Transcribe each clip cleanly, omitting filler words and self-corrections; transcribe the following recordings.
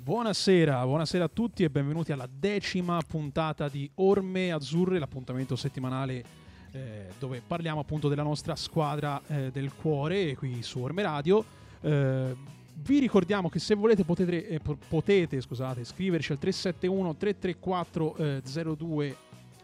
Buonasera a tutti e benvenuti alla 10ª puntata di Orme Azzurre, l'appuntamento settimanale dove parliamo appunto della nostra squadra del cuore qui su Orme Radio. Vi ricordiamo che se volete potete scriverci al 371 334 02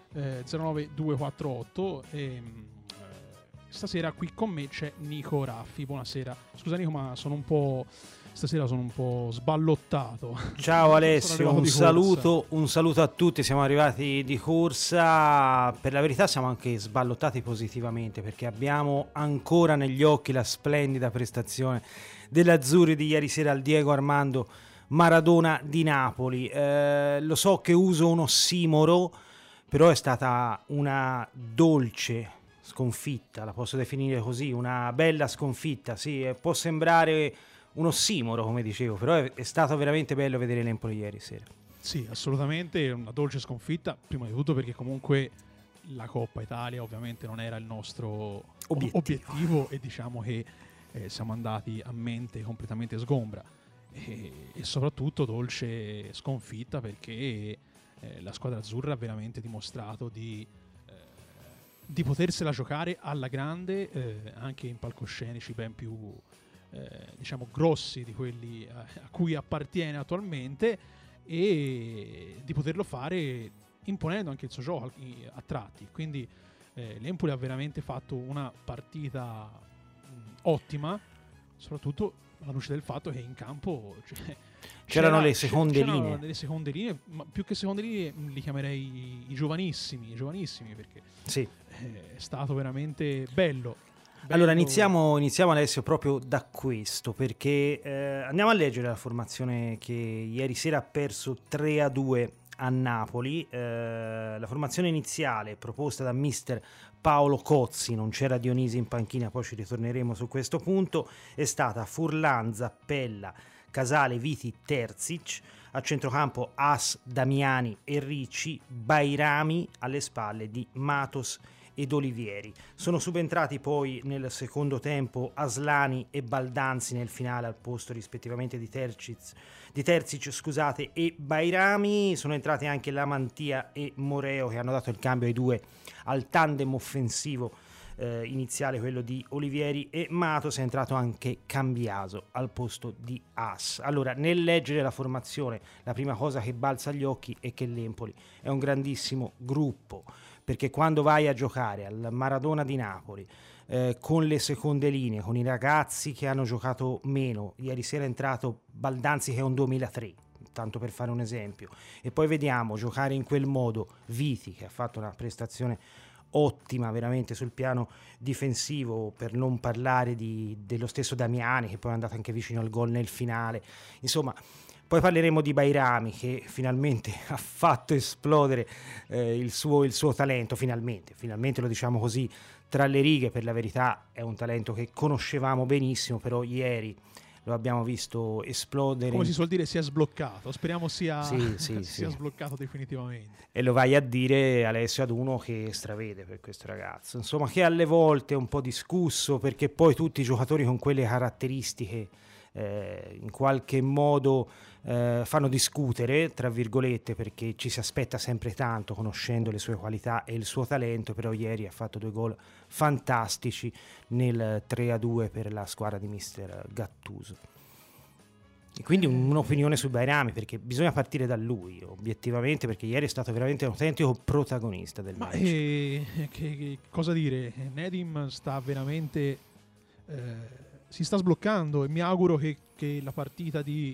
09248 e stasera qui con me c'è Nico Raffi. Buonasera. Scusa Nico, ma stasera sono un po' sballottato. Ciao Alessio, un saluto a tutti. Siamo arrivati di corsa. Per la verità siamo anche sballottati positivamente, perché abbiamo ancora negli occhi la splendida prestazione dell'Azzurri di ieri sera al Diego Armando Maradona di Napoli. Lo so che uso un ossimoro, però è stata una dolce sconfitta, la posso definire così, una bella sconfitta. Sì, può sembrare un ossimoro, come dicevo, però è stato veramente bello vedere l'Empoli ieri sera. Sì, assolutamente una dolce sconfitta, prima di tutto perché comunque la Coppa Italia ovviamente non era il nostro obiettivo e diciamo che siamo andati a mente completamente sgombra e soprattutto dolce sconfitta perché la squadra azzurra ha veramente dimostrato di potersela giocare alla grande, anche in palcoscenici ben più diciamo grossi di quelli a cui appartiene attualmente, e di poterlo fare imponendo anche il suo gioco a tratti. Quindi l'Empoli ha veramente fatto una partita ottima, soprattutto alla luce del fatto che in campo c'erano le seconde linee. Le seconde linee, ma più che seconde linee li chiamerei i giovanissimi perché sì, è stato veramente bello. Allora iniziamo Alessio proprio da questo, perché andiamo a leggere la formazione che ieri sera ha perso 3-2 a Napoli. La formazione iniziale proposta da mister Paolo Cozzi, non c'era Dionisi in panchina, poi ci ritorneremo su questo punto, è stata Furlan, Zappella, Casale, Viti, Terzic, a centrocampo As, Damiani e Ricci, Bairami alle spalle di Matos ed Olivieri. Sono subentrati poi nel secondo tempo Aslani e Baldanzi nel finale al posto rispettivamente di Terzic e Bairami. Sono entrati anche Lamantia e Moreo, che hanno dato il cambio ai due al tandem offensivo iniziale, quello di Olivieri e Matos. È entrato anche Cambiaso al posto di As. Allora, nel leggere la formazione, la prima cosa che balza agli occhi è che l'Empoli è un grandissimo gruppo, perché quando vai a giocare al Maradona di Napoli con le seconde linee, con i ragazzi che hanno giocato meno, ieri sera è entrato Baldanzi che è un 2003, tanto per fare un esempio, e poi vediamo giocare in quel modo Viti, che ha fatto una prestazione ottima veramente sul piano difensivo, per non parlare dello stesso Damiani, che poi è andato anche vicino al gol nel finale. Insomma, poi parleremo di Bairami, che finalmente ha fatto esplodere il suo talento, finalmente lo diciamo così tra le righe. Per la verità è un talento che conoscevamo benissimo, però ieri lo abbiamo visto esplodere. Come si suol dire, si è sbloccato. Speriamo sia sì. sbloccato definitivamente. E lo vai a dire, Alessio, ad uno che stravede per questo ragazzo, insomma, che alle volte è un po' discusso, perché poi tutti i giocatori con quelle caratteristiche in qualche modo fanno discutere, tra virgolette, perché ci si aspetta sempre tanto conoscendo le sue qualità e il suo talento. Però ieri ha fatto 2 gol fantastici nel 3-2 per la squadra di mister Gattuso. E quindi un'opinione su Bairami, perché bisogna partire da lui obiettivamente, perché ieri è stato veramente un autentico protagonista del match. Che cosa dire, Nedim sta veramente si sta sbloccando, e mi auguro che la partita di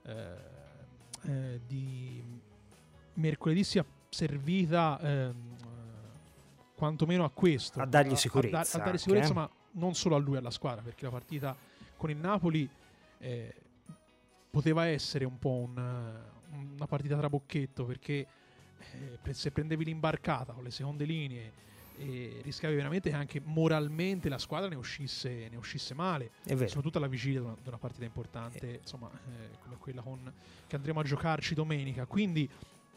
mercoledì sia servita quantomeno a questo, a dargli sicurezza, a dare sicurezza, ma non solo a lui, alla squadra, perché la partita con il Napoli poteva essere un po' una partita trabocchetto, perché se prendevi l'imbarcata con le seconde linee rischiavi veramente che anche moralmente la squadra ne uscisse male, soprattutto alla vigilia di una partita importante, insomma, come quella che andremo a giocarci domenica. Quindi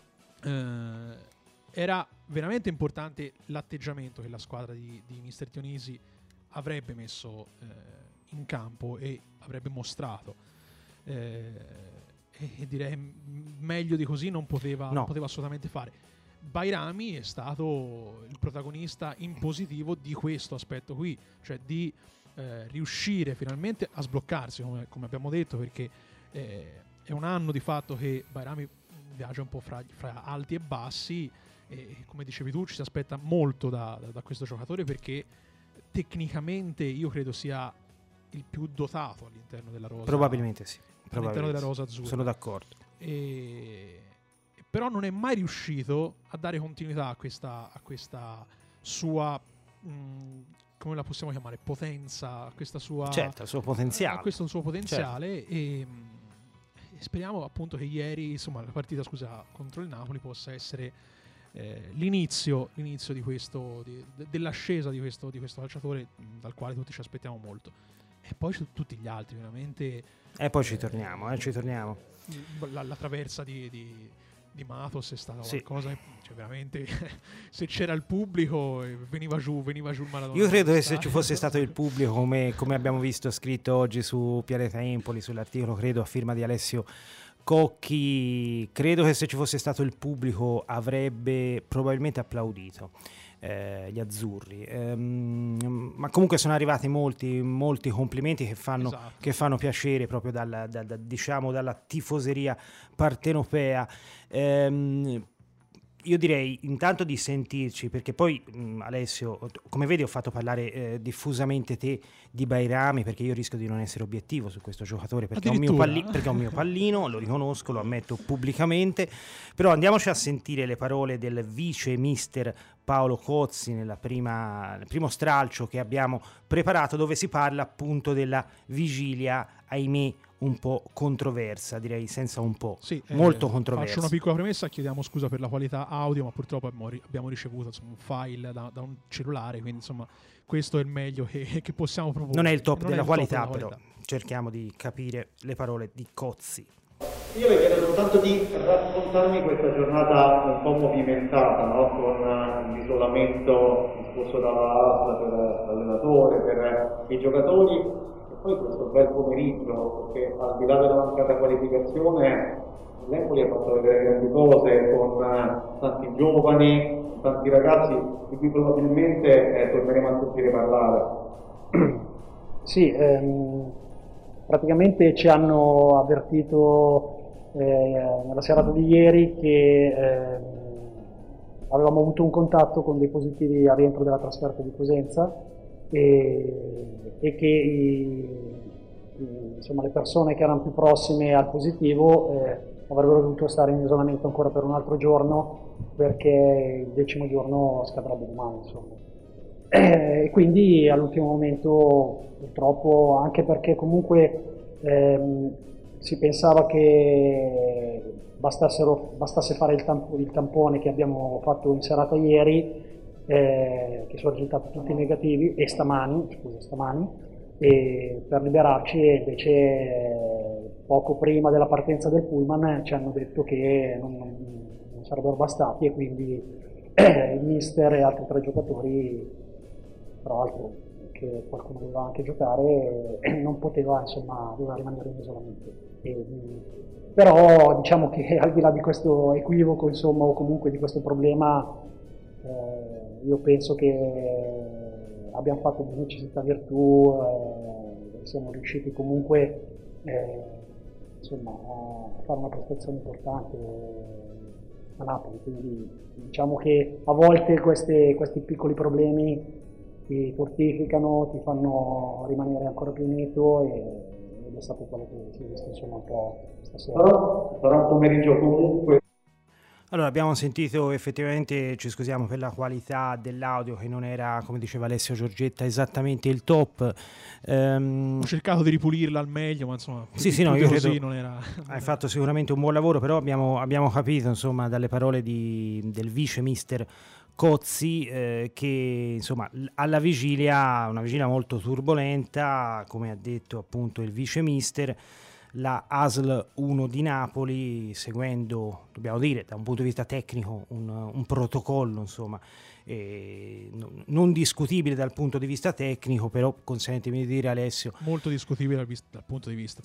era veramente importante l'atteggiamento che la squadra di mister Dionisi avrebbe messo in campo e avrebbe mostrato. e direi meglio di così non poteva assolutamente fare. Bayrami è stato il protagonista in positivo di questo aspetto qui, cioè di riuscire finalmente a sbloccarsi, come abbiamo detto, perché è un anno di fatto che Bayrami viaggia un po' fra alti e bassi, e come dicevi tu ci si aspetta molto da questo giocatore, perché tecnicamente io credo sia il più dotato all'interno della rosa. Probabilmente sì. All'interno della rosa azzurra. Sono d'accordo. Però non è mai riuscito a dare continuità a questa sua come la possiamo chiamare, potenza, a questa sua, certo, il suo potenziale, a questo suo potenziale, certo. e speriamo appunto che ieri, insomma, la partita contro il Napoli possa essere l'inizio di questo, dell'ascesa di questo calciatore dal quale tutti ci aspettiamo molto. E poi tutti gli altri veramente, e poi ci torniamo. La traversa di Matos è stata qualcosa, cioè veramente se c'era il pubblico veniva giù il Maradona. Io credo che se ci fosse stato il pubblico, come abbiamo visto scritto oggi su Pianeta Empoli, sull'articolo credo a firma di Alessio Cocchi, credo che se ci fosse stato il pubblico avrebbe probabilmente applaudito gli azzurri, ma comunque sono arrivati molti complimenti che fanno piacere proprio diciamo dalla tifoseria partenopea. Io direi intanto di sentirci, perché poi Alessio, come vedi ho fatto parlare diffusamente te di Bayrami, perché io rischio di non essere obiettivo su questo giocatore, perché è un mio pallino, lo riconosco, lo ammetto pubblicamente, però andiamoci a sentire le parole del vice mister Paolo Cozzi nel primo stralcio che abbiamo preparato, dove si parla appunto della vigilia, ahimè un po' controversa, direi senza un po', molto controversa. Faccio una piccola premessa, chiediamo scusa per la qualità audio, ma purtroppo abbiamo ricevuto un file da un cellulare, quindi insomma questo è il meglio che possiamo proporre. Non è il top della qualità, però cerchiamo di capire le parole di Cozzi. Io vi chiedo soltanto di raccontarmi questa giornata un po' movimentata, no? Con l'isolamento disposto dalla ASL per l'allenatore, per i giocatori, poi questo bel pomeriggio, perché al di là della mancata qualificazione l'Empoli ha fatto vedere grandi cose con tanti giovani, tanti ragazzi di cui probabilmente torneremo a sentire parlare. Sì, praticamente ci hanno avvertito nella serata di ieri che avevamo avuto un contatto con dei positivi al rientro della trasferta di Cosenza, e che insomma, le persone che erano più prossime al positivo avrebbero dovuto stare in isolamento ancora per un altro giorno, perché il 10° giorno scadrebbe domani, insomma. E quindi all'ultimo momento, purtroppo, anche perché comunque si pensava che bastasse fare il tampone che abbiamo fatto in serata ieri, che sono risultati tutti negativi, e stamani, e per liberarci, e invece poco prima della partenza del pullman ci hanno detto che non sarebbero bastati, e quindi il mister e altri 3 giocatori, tra l'altro che qualcuno doveva anche giocare, non poteva, insomma, doveva rimanere in isolamento. Però diciamo che al di là di questo equivoco, insomma, o comunque di questo problema, io penso che abbiamo fatto di necessità virtù, siamo riusciti comunque insomma, a fare una prestazione importante a Napoli, quindi diciamo che a volte questi piccoli problemi ti fortificano, ti fanno rimanere ancora più unito, ed è stato quello che si è visto, insomma, un po' stasera. Sarà un pomeriggio comunque. Allora, abbiamo sentito, effettivamente ci scusiamo per la qualità dell'audio che non era, come diceva Alessio Giorgetta, esattamente il top. Ho cercato di ripulirla al meglio, ma insomma, no, io credo non era. Hai fatto sicuramente un buon lavoro, però abbiamo capito, insomma, dalle parole del vice mister Cozzi, che insomma alla vigilia, una vigilia molto turbolenta, come ha detto appunto il vice mister, la ASL 1 di Napoli, seguendo, dobbiamo dire, da un punto di vista tecnico un protocollo, insomma, non discutibile dal punto di vista tecnico, però consentimi di dire, Alessio, molto discutibile dal punto di vista,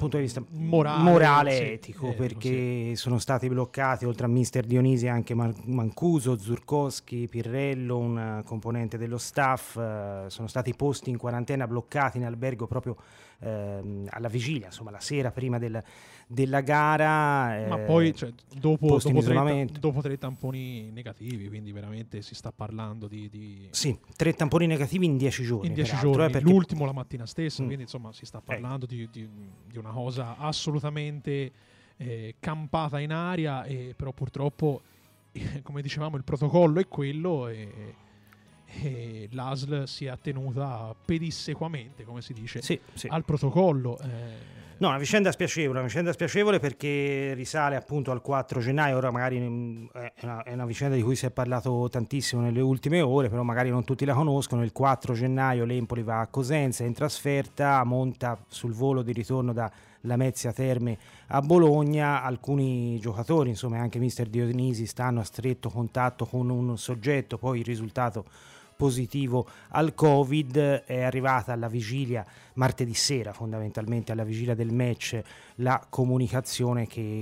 morale, sì, etico, perché sono stati bloccati oltre a mister Dionisi anche Mancuso, Zurkowski, Pirrello, un componente dello staff, sono stati posti in quarantena, bloccati in albergo proprio alla vigilia, insomma la sera prima della gara, ma poi dopo 3 tamponi negativi, quindi veramente si sta parlando di sì, 3 tamponi negativi in 10 giorni, in 10 giorni, perché l'ultimo la mattina stessa, quindi insomma si sta parlando di una cosa assolutamente campata in aria, però purtroppo come dicevamo il protocollo è quello e l'ASL si è attenuta pedissequamente, come si dice, al protocollo. No, una vicenda spiacevole perché risale appunto al 4 gennaio, ora magari è una vicenda di cui si è parlato tantissimo nelle ultime ore, però magari non tutti la conoscono. Il 4 gennaio l'Empoli va a Cosenza in trasferta, monta sul volo di ritorno da Lamezia Terme a Bologna, alcuni giocatori, insomma anche mister Dionisi, stanno a stretto contatto con un soggetto, poi il risultato positivo al Covid. È arrivata alla vigilia, martedì sera fondamentalmente, alla vigilia del match, la comunicazione che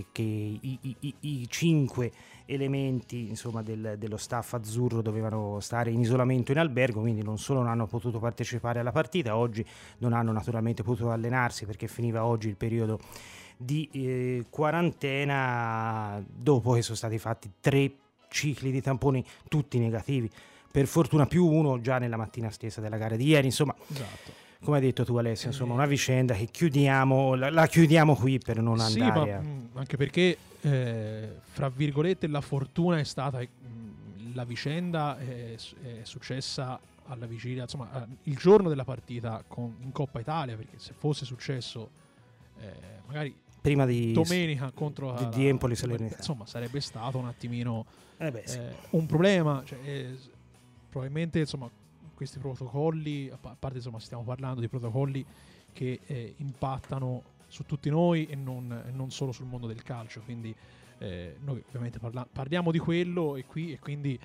i 5 elementi insomma dello staff azzurro dovevano stare in isolamento in albergo, quindi non solo non hanno potuto partecipare alla partita, oggi non hanno naturalmente potuto allenarsi perché finiva oggi il periodo di quarantena, dopo che sono stati fatti 3 cicli di tamponi tutti negativi, per fortuna più uno già nella mattina stessa della gara di ieri, insomma. Esatto. Come hai detto tu, Alessio, insomma una vicenda che la chiudiamo qui per non andare anche perché fra virgolette la fortuna è stata la vicenda è successa alla vigilia, insomma il giorno della partita in Coppa Italia, perché se fosse successo magari prima di domenica contro di Empoli Salernitana, insomma sarebbe stato un attimino sì. un problema, probabilmente insomma questi protocolli, a parte insomma stiamo parlando di protocolli che impattano su tutti noi e non solo sul mondo del calcio, quindi noi ovviamente parliamo di quello e quindi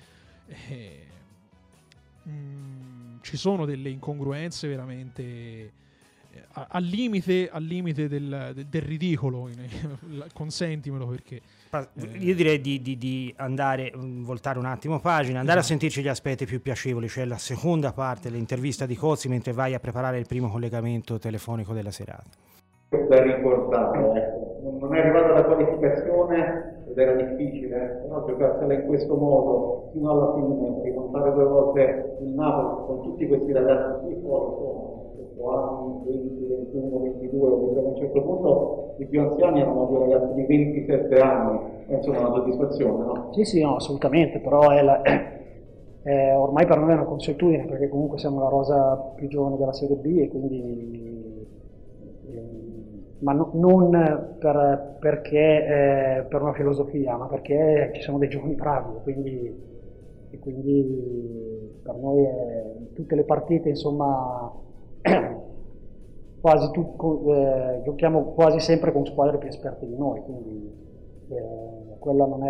ci sono delle incongruenze veramente al limite del ridicolo, consentimelo, perché io direi di andare voltare un attimo pagina, andare a sentirci gli aspetti più piacevoli, cioè la seconda parte dell'intervista di Cozzi mentre vai a preparare il primo collegamento telefonico della serata. Da ricordare, non è arrivata la qualificazione ed era difficile, però giocarsela in questo modo fino alla fine, rimontare 2 volte il Napoli con tutti questi ragazzi qui fuori, anni 20, 21, 22, a un certo punto i più anziani erano 2 ragazzi di 27 anni, insomma una soddisfazione, no? Sì, no, assolutamente, però ormai per noi è una consuetudine, perché comunque siamo la rosa più giovane della Serie B e quindi ma non perché per una filosofia, ma perché ci sono dei giovani bravi, e quindi per noi tutte le partite, insomma, giochiamo quasi sempre con squadre più esperte di noi, quindi quella non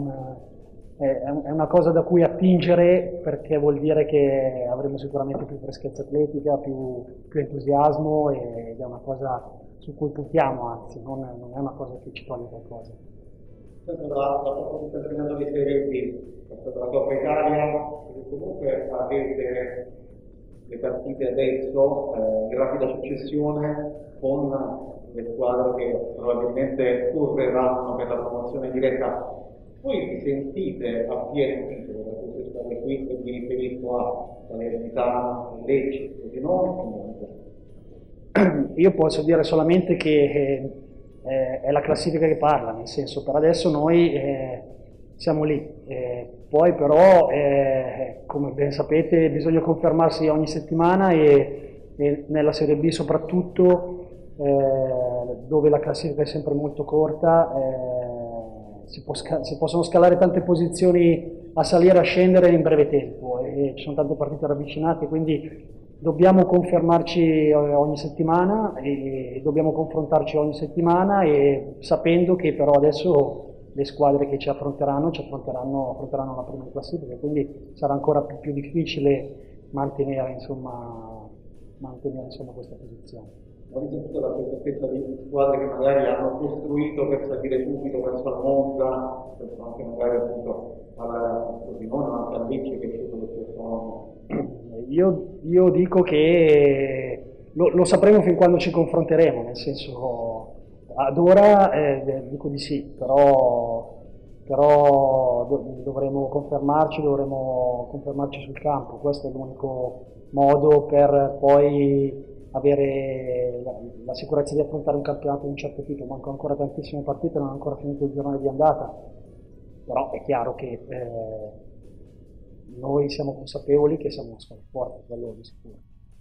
è una cosa da cui attingere, perché vuol dire che avremo sicuramente più freschezza atletica, più entusiasmo, ed è una cosa su cui puntiamo, anzi non è una cosa che ci toglie qualcosa. Il campionato di Serie B, la Coppa Italia, comunque avete le partite adesso in rapida successione con le squadre che probabilmente correranno per la promozione diretta. Voi vi sentite a pieno titolo da queste squadre qui, che vi riferisco a Salernitana, Lecce, Frosinone? Io posso dire solamente che è la classifica che parla, nel senso, per adesso noi siamo lì, poi però come ben sapete bisogna confermarsi ogni settimana e nella Serie B soprattutto, dove la classifica è sempre molto corta, si possono scalare tante posizioni a salire e a scendere in breve tempo, e ci sono tante partite ravvicinate, quindi dobbiamo confermarci ogni settimana e dobbiamo confrontarci ogni settimana, e sapendo che però adesso le squadre che ci affronteranno la prima in classifica, quindi sarà ancora più difficile mantenere questa posizione. Avete avuto la certezza di squadre che magari hanno costruito per salire subito verso la Monza, penso anche magari appunto alla Frosinone, ma anche al Lecce che è sceso lo stesso anno? Io dico che lo sapremo fin quando ci confronteremo, nel senso, ad ora dico di sì, però dovremo confermarci sul campo. Questo è l'unico modo per poi avere la sicurezza di affrontare un campionato di un certo tipo. Mancano ancora tantissime partite, non è ancora finito il girone di andata, però è chiaro che noi siamo consapevoli che siamo una squadra forte, quello di sicuro.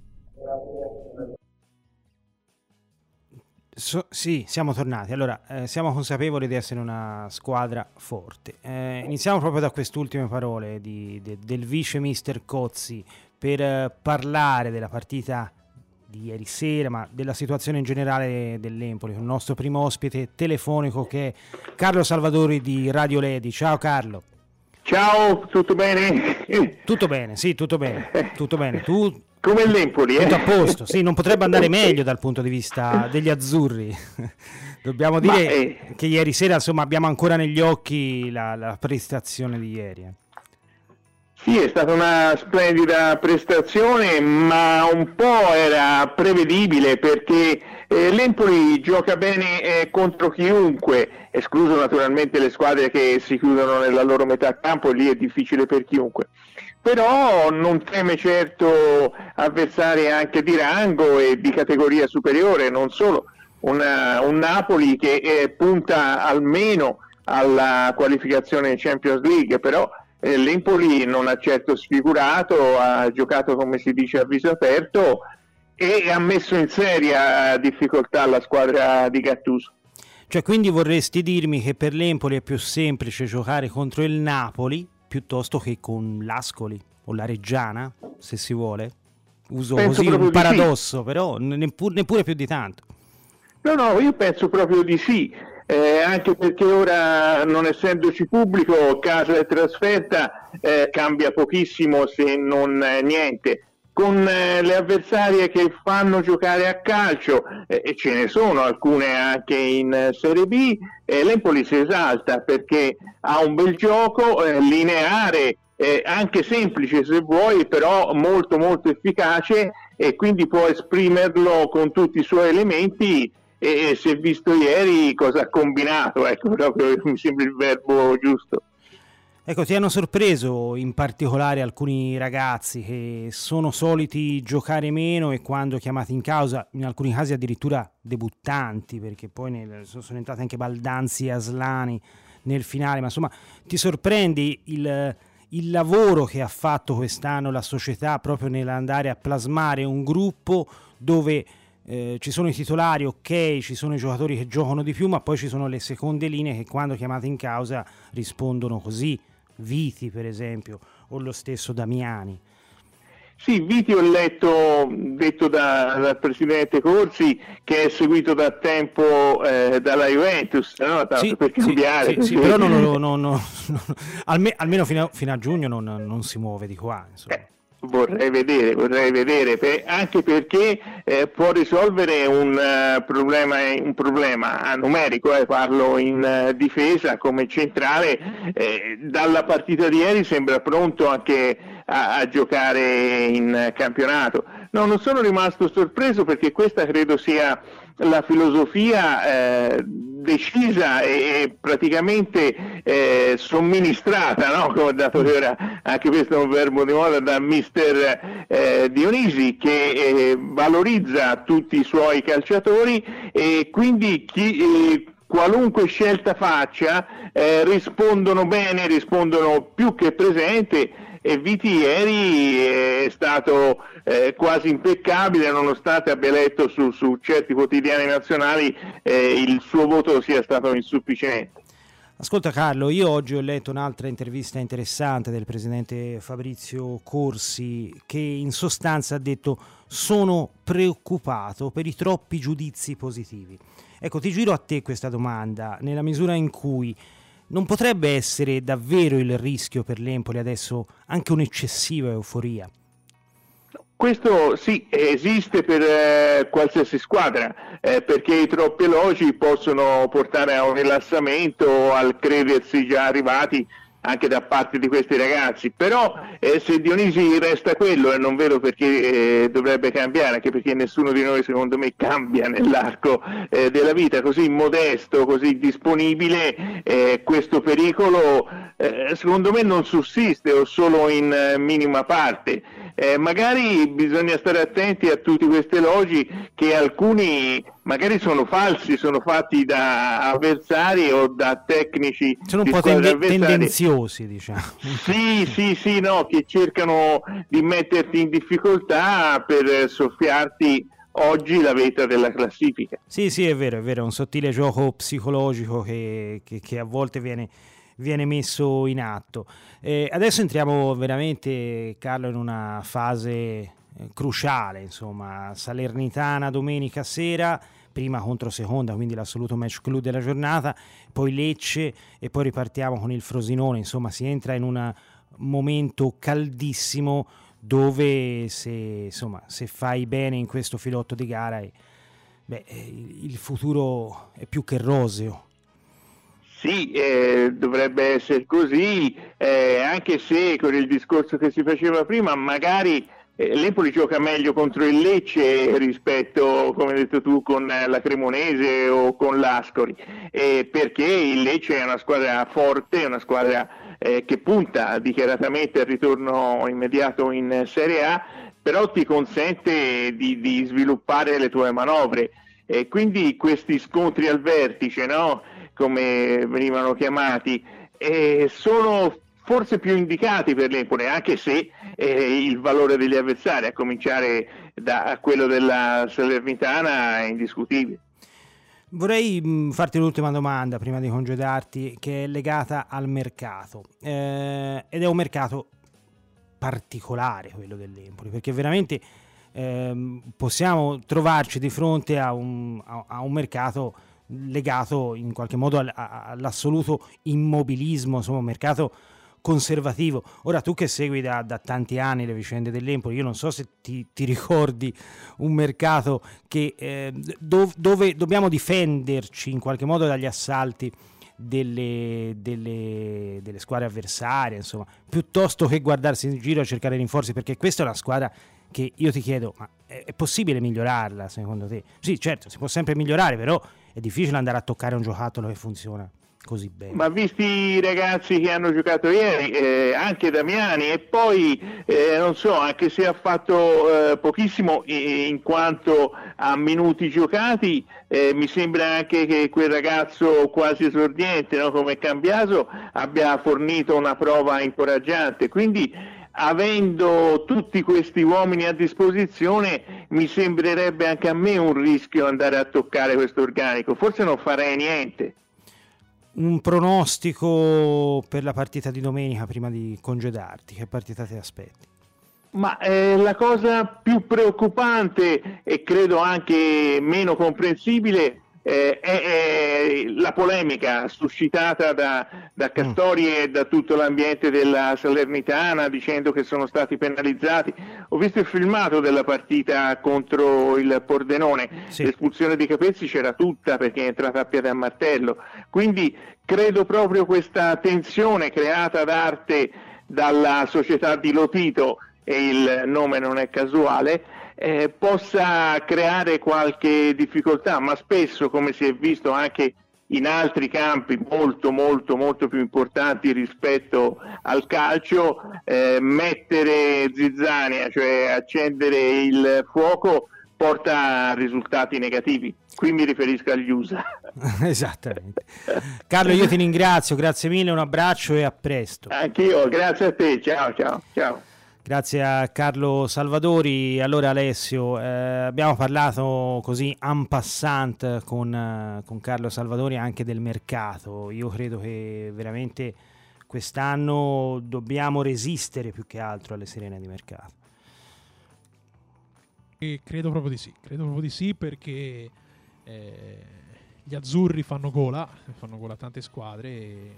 Sì, siamo tornati. Allora, siamo consapevoli di essere una squadra forte. Iniziamo proprio da queste ultime parole del vice mister Cozzi per parlare della partita di ieri sera, ma della situazione in generale dell'Empoli, con il nostro primo ospite telefonico che è Carlo Salvadori di Radio Ledi. Ciao Carlo. Ciao, tutto bene? Tutto bene, sì, tutto bene. Tu come l'Empoli, tutto a posto, sì, non potrebbe andare meglio dal punto di vista degli azzurri. Dobbiamo dire che ieri sera, insomma, abbiamo ancora negli occhi la prestazione di ieri. Sì, è stata una splendida prestazione, ma un po' era prevedibile perché l'Empoli gioca bene contro chiunque, escluso naturalmente le squadre che si chiudono nella loro metà campo, lì è difficile per chiunque. Però non teme certo avversari anche di rango e di categoria superiore, non solo un Napoli che punta almeno alla qualificazione Champions League, però l'Empoli non ha certo sfigurato, ha giocato come si dice a viso aperto e ha messo in seria difficoltà la squadra di Gattuso. Cioè, quindi vorresti dirmi che per l'Empoli è più semplice giocare contro il Napoli piuttosto che con l'Ascoli o la Reggiana, se si vuole? Uso penso così un paradosso, sì. Però neppure più di tanto. No, io penso proprio di sì, anche perché ora, non essendoci pubblico, casa e trasferta cambia pochissimo, se non niente. Con le avversarie che fanno giocare a calcio, e ce ne sono alcune anche in Serie B, l'Empoli si esalta perché ha un bel gioco lineare, anche semplice se vuoi, però molto molto efficace, e quindi può esprimerlo con tutti i suoi elementi. E si è visto ieri cosa ha combinato, ecco, proprio mi sembra il verbo giusto. Ecco, ti hanno sorpreso in particolare alcuni ragazzi che sono soliti giocare meno e quando chiamati in causa, in alcuni casi addirittura debuttanti, perché poi sono entrati anche Baldanzi e Aslani nel finale, ma insomma ti sorprendi il lavoro che ha fatto quest'anno la società proprio nell'andare a plasmare un gruppo dove ci sono i titolari, ok, ci sono i giocatori che giocano di più, ma poi ci sono le seconde linee che quando chiamate in causa rispondono così. Viti per esempio, o lo stesso Damiani. Sì, Viti ho letto, detto dal presidente Corsi, che è seguito da tempo dalla Juventus, no? Sì, per cambiare. Sì, però almeno fino a giugno non si muove di qua, insomma. Vorrei vedere, anche perché può risolvere un problema numerico, parlo in difesa come centrale. Dalla partita di ieri sembra pronto anche a giocare in campionato. No, non sono rimasto sorpreso perché questa credo sia la filosofia decisa e praticamente somministrata, no? Come ho dato ora, anche questo è un verbo di moda, da mister Dionisi, che valorizza tutti i suoi calciatori e quindi qualunque scelta faccia rispondono bene, rispondono più che presente. E Viti ieri è stato quasi impeccabile, nonostante abbia letto su certi quotidiani nazionali il suo voto sia stato insufficiente. Ascolta Carlo, io oggi ho letto un'altra intervista interessante del presidente Fabrizio Corsi, che in sostanza ha detto: sono preoccupato per i troppi giudizi positivi. Ecco, ti giro a te questa domanda, nella misura in cui non potrebbe essere davvero il rischio per l'Empoli adesso anche un'eccessiva euforia? Questo sì, esiste per qualsiasi squadra, perché i troppi elogi possono portare a un rilassamento, al credersi già arrivati anche da parte di questi ragazzi. Però se Dionisi resta quello, e non vedo perché dovrebbe cambiare, anche perché nessuno di noi secondo me cambia nell'arco della vita, così modesto, così disponibile, questo pericolo secondo me non sussiste, o solo in minima parte. Magari bisogna stare attenti a tutti questi elogi, che alcuni magari sono falsi, sono fatti da avversari o da tecnici, sono un po' tendenziosi, diciamo. Sì, no, che cercano di metterti in difficoltà per soffiarti oggi la vetta della classifica. Sì, è vero, è un sottile gioco psicologico che a volte viene messo in atto. Adesso entriamo veramente, Carlo, in una fase cruciale, insomma. Salernitana domenica sera, prima contro Seconda, quindi l'assoluto match clou della giornata, poi Lecce e poi ripartiamo con il Frosinone. Insomma, si entra in un momento caldissimo dove se fai bene in questo filotto di gara il futuro è più che roseo. Sì, dovrebbe essere così, anche se con il discorso che si faceva prima, magari l'Empoli gioca meglio contro il Lecce rispetto, come hai detto tu, con la Cremonese o con l'Ascoli, perché il Lecce è una squadra forte, una squadra che punta dichiaratamente al ritorno immediato in Serie A, però ti consente di sviluppare le tue manovre. Quindi questi scontri al vertice, no? Come venivano chiamati, sono forse più indicati per l'Empoli, anche se il valore degli avversari, a cominciare da quello della Salernitana, è indiscutibile. Vorrei farti l'ultima domanda prima di congedarti, che è legata al mercato, ed è un mercato particolare quello dell'Empoli, perché veramente possiamo trovarci di fronte a un mercato legato in qualche modo all'assoluto immobilismo, insomma un mercato conservativo. Ora, tu che segui da tanti anni le vicende dell'Empoli, io non so se ti ricordi un mercato che dove dobbiamo difenderci in qualche modo dagli assalti delle squadre avversarie, insomma, piuttosto che guardarsi in giro a cercare rinforzi, perché questa è una squadra che io ti chiedo, ma è possibile migliorarla secondo te? Sì, certo, si può sempre migliorare, però è difficile andare a toccare un giocattolo che funziona così bene. Ma visti i ragazzi che hanno giocato ieri, anche Damiani, e poi non so, anche se ha fatto pochissimo in quanto a minuti giocati, mi sembra anche che quel ragazzo quasi esordiente, no, come Cambiaso, abbia fornito una prova incoraggiante. Quindi, avendo tutti questi uomini a disposizione, mi sembrerebbe anche a me un rischio andare a toccare questo organico. Forse non farei niente. Un pronostico per la partita di domenica prima di congedarti, che partita ti aspetti? Ma la cosa più preoccupante e credo anche meno comprensibile è la polemica suscitata da Castori e da tutto l'ambiente della Salernitana, dicendo che sono stati penalizzati. Ho visto il filmato della partita contro il Pordenone, sì. L'espulsione di Capezzi c'era tutta perché è entrata a piede a martello, quindi credo proprio questa tensione creata d'arte dalla società di Lotito, e il nome non è casuale, possa creare qualche difficoltà, ma spesso, come si è visto anche in altri campi molto più importanti rispetto al calcio, mettere zizzania, cioè accendere il fuoco, porta a risultati negativi. Qui mi riferisco agli USA. Esattamente. Carlo, io ti ringrazio, grazie mille, un abbraccio e a presto. Anch'io, grazie a te, ciao. Grazie a Carlo Salvadori. Allora Alessio, abbiamo parlato così en passant con Carlo Salvadori anche del mercato. Io credo che veramente quest'anno dobbiamo resistere più che altro alle sirene di mercato. E credo proprio di sì perché gli azzurri fanno gola a tante squadre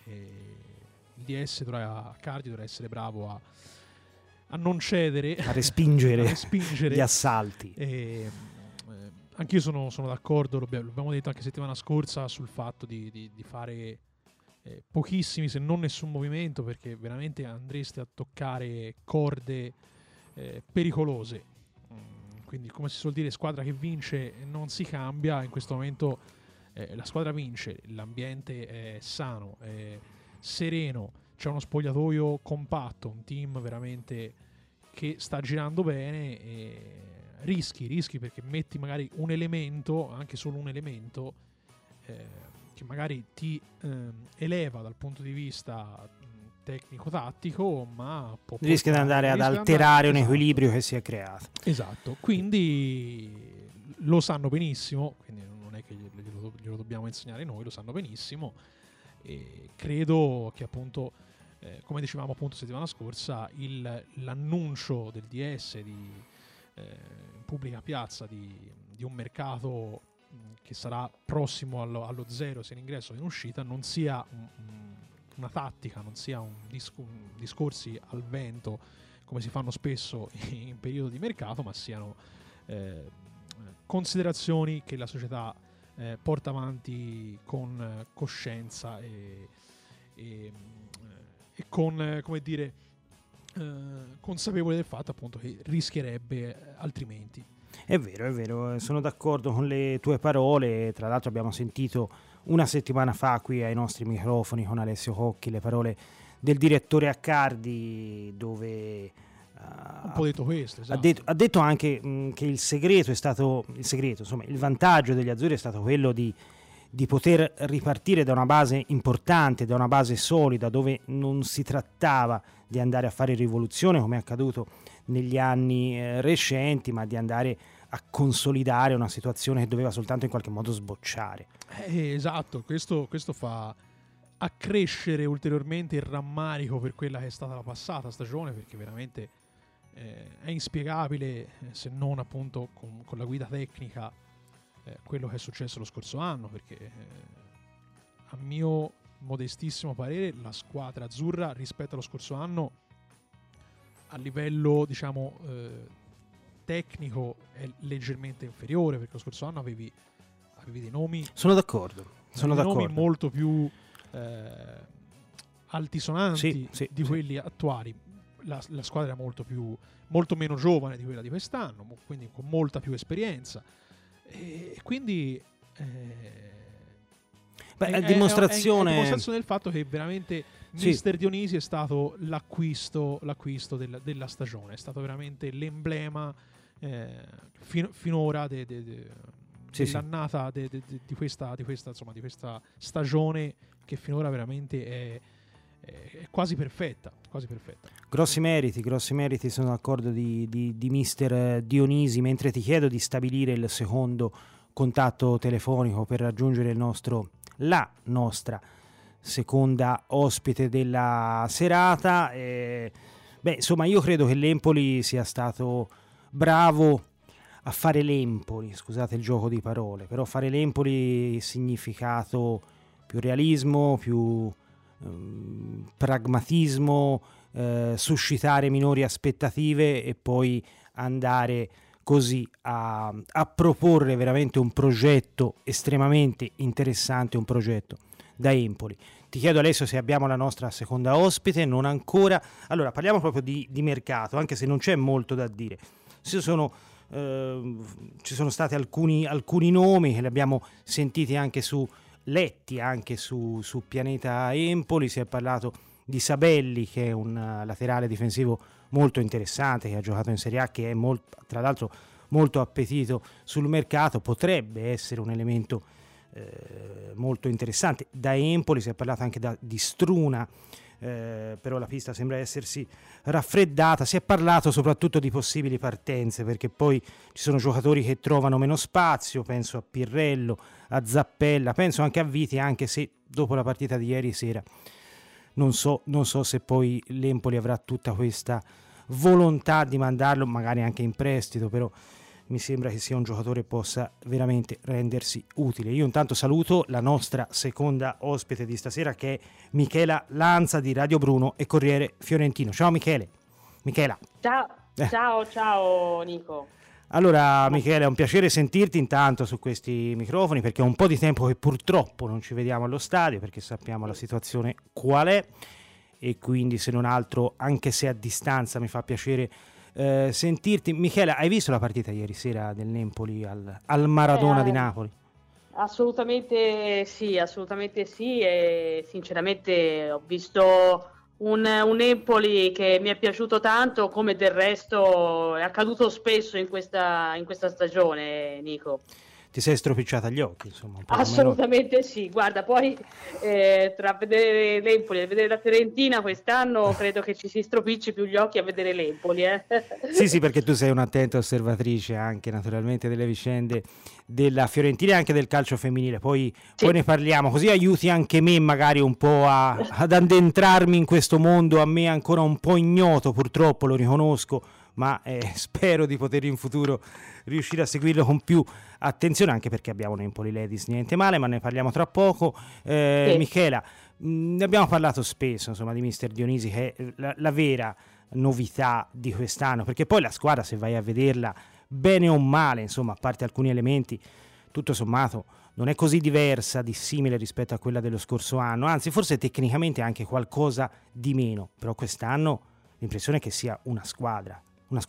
il DS Cardi dovrà essere bravo a non cedere, a respingere, a respingere gli assalti. Anch'io sono d'accordo, l'abbiamo detto anche settimana scorsa, sul fatto di fare pochissimi, se non nessun movimento, perché veramente andreste a toccare corde pericolose. Quindi, come si suol dire, squadra che vince non si cambia. In questo momento la squadra vince, l'ambiente è sano, è sereno, c'è uno spogliatoio compatto, un team veramente che sta girando bene. E rischi perché metti magari un elemento, anche solo un elemento, che magari ti eleva dal punto di vista tecnico-tattico, ma rischia di andare ad alterare un esatto, equilibrio che si è creato. Esatto, quindi lo sanno benissimo, quindi non è che glielo dobbiamo insegnare noi, lo sanno benissimo, e credo che appunto, come dicevamo appunto settimana scorsa, l'annuncio del DS in pubblica piazza di un mercato che sarà prossimo allo zero sia in ingresso che in uscita non sia una tattica, non sia un discorsi al vento come si fanno spesso in periodo di mercato, ma siano considerazioni che la società porta avanti con coscienza e con, come dire, consapevole del fatto appunto che rischierebbe altrimenti. È vero, sono d'accordo con le tue parole. Tra l'altro abbiamo sentito una settimana fa qui ai nostri microfoni con Alessio Cocchi le parole del direttore Accardi, dove un po' detto questo, esatto. ha detto anche che il vantaggio degli azzurri è stato quello di poter ripartire da una base importante, da una base solida, dove non si trattava di andare a fare rivoluzione come è accaduto negli anni recenti, ma di andare a consolidare una situazione che doveva soltanto in qualche modo sbocciare. Esatto, questo fa accrescere ulteriormente il rammarico per quella che è stata la passata stagione, perché veramente è inspiegabile, se non appunto con la guida tecnica, quello che è successo lo scorso anno, perché a mio modestissimo parere la squadra azzurra rispetto allo scorso anno a livello, diciamo, tecnico è leggermente inferiore, perché lo scorso anno avevi dei nomi, sono d'accordo nomi molto più altisonanti di quelli attuali. La squadra è molto meno giovane di quella di quest'anno, quindi con molta più esperienza, e quindi è dimostrazione del fatto che veramente Mister Dionisi è stato l'acquisto della stagione, è stato veramente l'emblema finora dell'annata di questa stagione, che finora veramente è quasi perfetta. Grossi meriti, sono d'accordo di Mister Dionisi. Mentre ti chiedo di stabilire il secondo contatto telefonico per raggiungere la nostra seconda ospite della serata, insomma, io credo che l'Empoli sia stato bravo a fare l'Empoli, scusate il gioco di parole, però fare l'Empoli significato più realismo, più pragmatismo, suscitare minori aspettative e poi andare così a proporre veramente un progetto estremamente interessante, un progetto da Empoli. Ti chiedo adesso se abbiamo la nostra seconda ospite. Non ancora. Allora, parliamo proprio di mercato, anche se non c'è molto da dire. Ci sono stati alcuni nomi che li abbiamo sentiti letti anche su Pianeta Empoli. Si è parlato di Sabelli, che è un laterale difensivo molto interessante, che ha giocato in Serie A, che è tra l'altro molto appetito sul mercato, potrebbe essere un elemento molto interessante. Da Empoli si è parlato anche di Struna, però la pista sembra essersi raffreddata. Si è parlato soprattutto di possibili partenze, perché poi ci sono giocatori che trovano meno spazio, penso a Pirrello, a Zappella, penso anche a Viti, anche se dopo la partita di ieri sera non so se poi l'Empoli avrà tutta questa volontà di mandarlo magari anche in prestito, però mi sembra che sia un giocatore che possa veramente rendersi utile. Io intanto saluto la nostra seconda ospite di stasera, che è Michela Lanza di Radio Bruno e Corriere Fiorentino. Ciao Michele. Michela. Ciao Nico. Allora Michele, è un piacere sentirti intanto su questi microfoni, perché è un po' di tempo che purtroppo non ci vediamo allo stadio, perché sappiamo la situazione qual è, e quindi se non altro, anche se a distanza, mi fa piacere sentirti. Michela, hai visto la partita ieri sera del Napoli al Maradona di Napoli? Assolutamente sì, e sinceramente ho visto un Empoli che mi è piaciuto tanto, come del resto è accaduto spesso in questa stagione, Nico. Ti sei stropicciata gli occhi, insomma. Assolutamente sì, guarda, poi tra vedere l'Empoli e vedere la Fiorentina quest'anno credo che ci si stropicci più gli occhi a vedere l'Empoli. Sì, perché tu sei un'attenta osservatrice anche naturalmente delle vicende della Fiorentina e anche del calcio femminile, poi ne parliamo, così aiuti anche me magari un po' ad addentrarmi in questo mondo a me ancora un po' ignoto, purtroppo, lo riconosco, ma spero di poter in futuro riuscire a seguirlo con più attenzione, anche perché abbiamo un Empoli Ladies, niente male, ma ne parliamo tra poco. Michela, ne abbiamo parlato spesso, insomma, di Mister Dionisi, che è la vera novità di quest'anno, perché poi la squadra, se vai a vederla bene o male, insomma, a parte alcuni elementi, tutto sommato non è così diversa, dissimile rispetto a quella dello scorso anno, anzi forse tecnicamente anche qualcosa di meno, però quest'anno l'impressione è che sia una squadra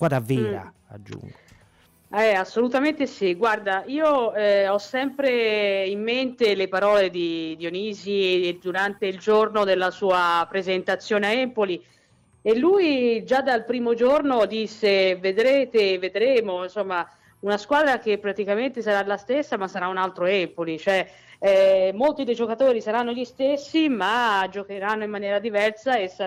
vera, aggiungo. Assolutamente sì, guarda, io ho sempre in mente le parole di Dionisi durante il giorno della sua presentazione a Empoli, e lui già dal primo giorno disse: vedremo, insomma, una squadra che praticamente sarà la stessa, ma sarà un altro Empoli, cioè molti dei giocatori saranno gli stessi, ma giocheranno in maniera diversa e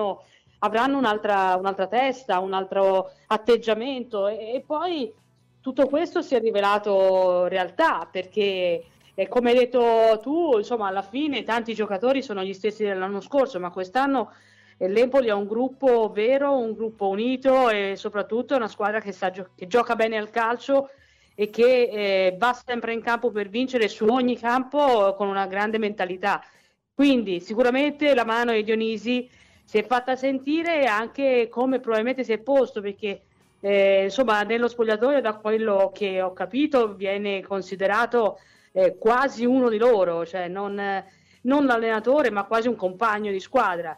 avranno un'altra testa, un altro atteggiamento, e poi tutto questo si è rivelato realtà, perché come hai detto tu, insomma, alla fine tanti giocatori sono gli stessi dell'anno scorso, ma quest'anno l'Empoli è un gruppo vero, un gruppo unito, e soprattutto è una squadra che gioca bene al calcio e che va sempre in campo per vincere su ogni campo con una grande mentalità. Quindi sicuramente la mano di Dionisi si è fatta sentire, anche come probabilmente si è posto, perché insomma nello spogliatoio, da quello che ho capito, viene considerato quasi uno di loro, cioè non l'allenatore, ma quasi un compagno di squadra,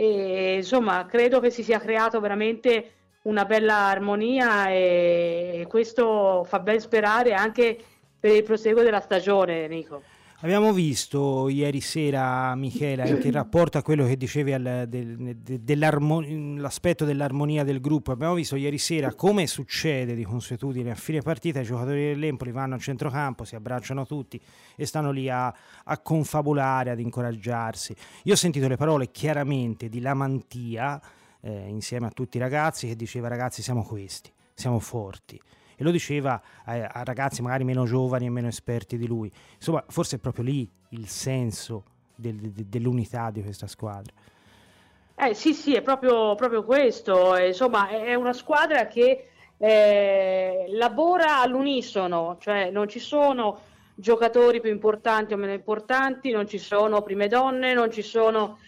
e insomma credo che si sia creato veramente una bella armonia, e questo fa ben sperare anche per il proseguo della stagione, Nico. Abbiamo visto ieri sera, Michela, anche in rapporto a quello che dicevi l'aspetto dell'armonia del gruppo, abbiamo visto ieri sera, come succede di consuetudine a fine partita, i giocatori dell'Empoli vanno a centrocampo, si abbracciano tutti e stanno lì a confabulare, ad incoraggiarsi. Io ho sentito le parole chiaramente di Lamantia insieme a tutti i ragazzi, che diceva: ragazzi, siamo questi, siamo forti. E lo diceva a ragazzi magari meno giovani e meno esperti di lui. Insomma, forse è proprio lì il senso dell'unità di questa squadra. Sì, è proprio questo. Insomma, è una squadra che lavora all'unisono, cioè non ci sono giocatori più importanti o meno importanti, non ci sono prime donne, non ci sono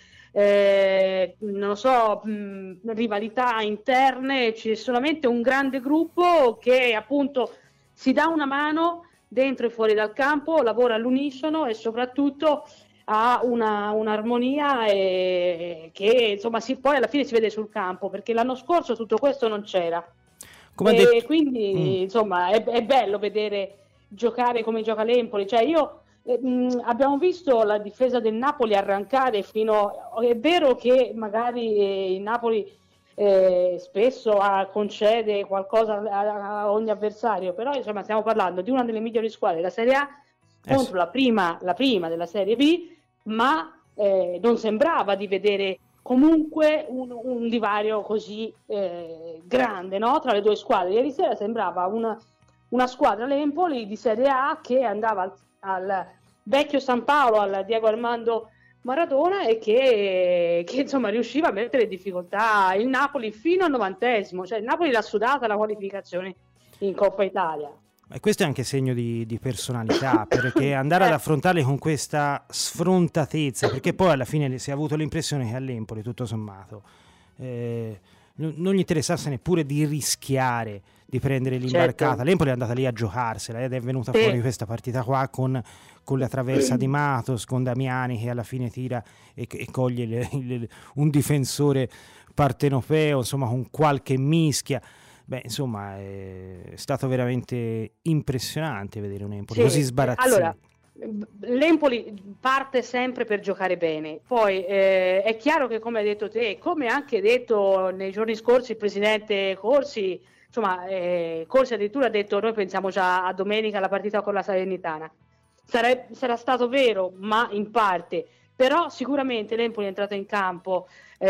rivalità interne, c'è solamente un grande gruppo che appunto si dà una mano dentro e fuori dal campo, lavora all'unisono e soprattutto ha un'armonia che insomma poi alla fine si vede sul campo, perché l'anno scorso tutto questo non c'era. Quindi insomma è bello vedere giocare come gioca l'Empoli, cioè abbiamo visto la difesa del Napoli arrancare è vero che magari il Napoli spesso concede qualcosa a ogni avversario, però insomma stiamo parlando di una delle migliori squadre della Serie A contro la prima della Serie B, ma non sembrava di vedere comunque un divario così grande, no? Tra le due squadre. Ieri sera sembrava una squadra, l'Empoli, di Serie A, che andava al vecchio San Paolo, al Diego Armando Maradona, e che insomma riusciva a mettere in difficoltà il Napoli fino al 90esimo, cioè il Napoli l'ha sudata la qualificazione in Coppa Italia. E questo è anche segno di personalità, perché andare ad affrontarli con questa sfrontatezza, perché poi alla fine si è avuto l'impressione che all'Empoli, tutto sommato, non gli interessasse neppure di rischiare di prendere l'imbarcata. Certo. L'Empoli è andata lì a giocarsela ed è venuta fuori questa partita qua con la traversa di Matos, con Damiani che alla fine tira e coglie un difensore partenopeo, insomma con qualche mischia. Beh, insomma, è stato veramente impressionante vedere un Empoli così sbarazzino. Allora, l'Empoli parte sempre per giocare bene, poi è chiaro che, come hai detto te, come anche detto nei giorni scorsi il presidente Corsi, insomma, Corsi addirittura ha detto: noi pensiamo già a domenica la partita con la Salernitana. Sarà stato vero, ma in parte, però sicuramente l'Empoli è entrato in campo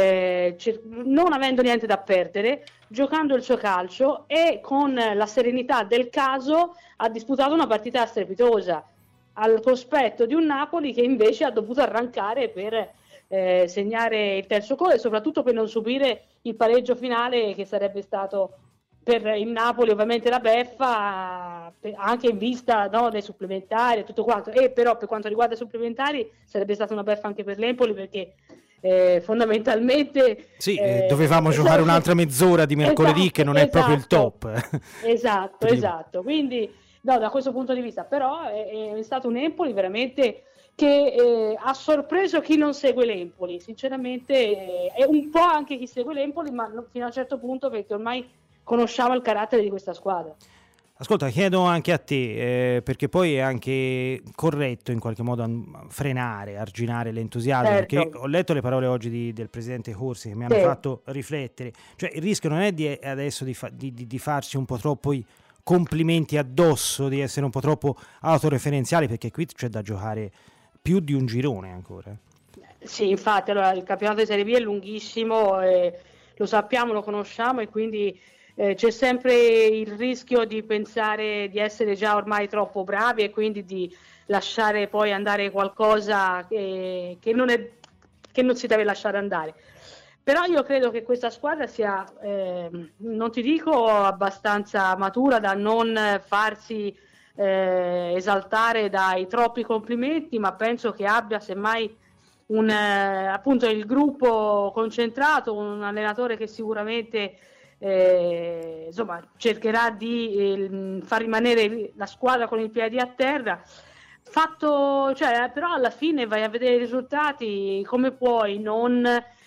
non avendo niente da perdere, giocando il suo calcio e con la serenità del caso ha disputato una partita strepitosa al cospetto di un Napoli che invece ha dovuto arrancare per segnare il terzo gol e soprattutto per non subire il pareggio finale, che sarebbe stato per il Napoli ovviamente la beffa, anche in vista, no, dei supplementari e tutto quanto, e però per quanto riguarda i supplementari sarebbe stata una beffa anche per l'Empoli, perché fondamentalmente dovevamo giocare un'altra mezz'ora di mercoledì, che non è proprio il top. Esatto, quindi no, da questo punto di vista però è stato un Empoli veramente che ha sorpreso chi non segue l'Empoli, sinceramente, è un po' anche chi segue l'Empoli, ma fino a un certo punto, perché ormai conosciamo il carattere di questa squadra. Ascolta, chiedo anche a te, perché poi è anche corretto in qualche modo frenare, arginare l'entusiasmo, certo. Perché ho letto le parole oggi del presidente Corsi che mi hanno fatto riflettere. Cioè, il rischio non è adesso di farci un po' troppo i complimenti addosso, di essere un po' troppo autoreferenziali, perché qui c'è da giocare più di un girone ancora. Sì, infatti, allora il campionato di Serie B è lunghissimo, lo sappiamo, lo conosciamo, e quindi c'è sempre il rischio di pensare di essere già ormai troppo bravi e quindi di lasciare poi andare qualcosa che non si deve lasciare andare. Però io credo che questa squadra sia, non ti dico abbastanza matura da non farsi esaltare dai troppi complimenti, ma penso che abbia semmai appunto il gruppo concentrato, un allenatore che sicuramente insomma cercherà di far rimanere la squadra con i piedi a terra. Però alla fine vai a vedere i risultati, come puoi non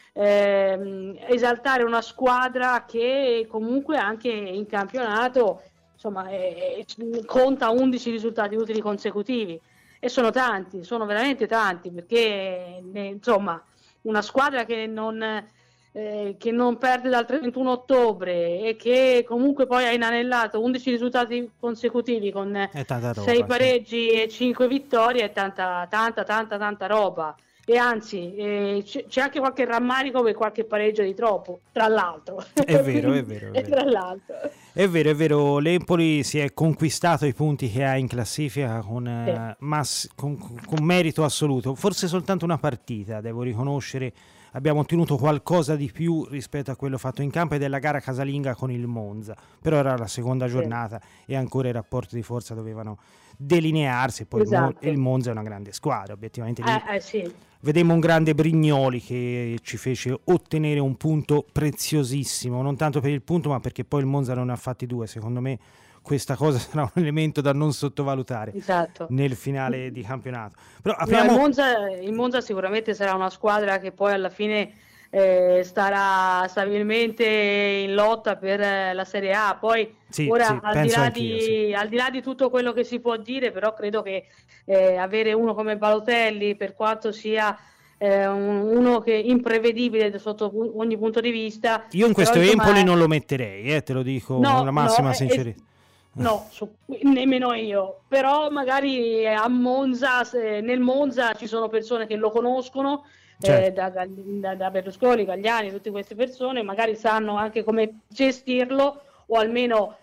esaltare una squadra che comunque anche in campionato, insomma, conta 11 risultati utili consecutivi, e sono tanti, sono veramente tanti, perché insomma una squadra che non perde dal 31 ottobre e che comunque poi ha inanellato 11 risultati consecutivi con 6 pareggi e 5 vittorie, è tanta roba. E anzi c'è anche qualche rammarico per qualche pareggio di troppo, tra l'altro. È vero. Tra l'altro. È vero, l'Empoli si è conquistato i punti che ha in classifica con merito assoluto. Forse soltanto una partita, devo riconoscere, abbiamo ottenuto qualcosa di più rispetto a quello fatto in campo, ed è la gara casalinga con il Monza, però era la seconda giornata e ancora i rapporti di forza dovevano delinearsi. Poi il Monza è una grande squadra, obiettivamente lì vedemmo un grande Brignoli che ci fece ottenere un punto preziosissimo, non tanto per il punto ma perché poi il Monza non ne ha fatti due. Secondo me questa cosa sarà un elemento da non sottovalutare nel finale di campionato. Però il Monza sicuramente sarà una squadra che poi alla fine starà stabilmente in lotta per la Serie A. Poi al di là di tutto quello che si può dire, però credo che avere uno come Balotelli, per quanto sia uno che imprevedibile sotto ogni punto di vista, io in questo Empoli non lo metterei, te lo dico con la massima sincerità. No, nemmeno io, però magari a Monza, nel Monza ci sono persone che lo conoscono, da Berlusconi, Galliani, tutte queste persone magari sanno anche come gestirlo, o almeno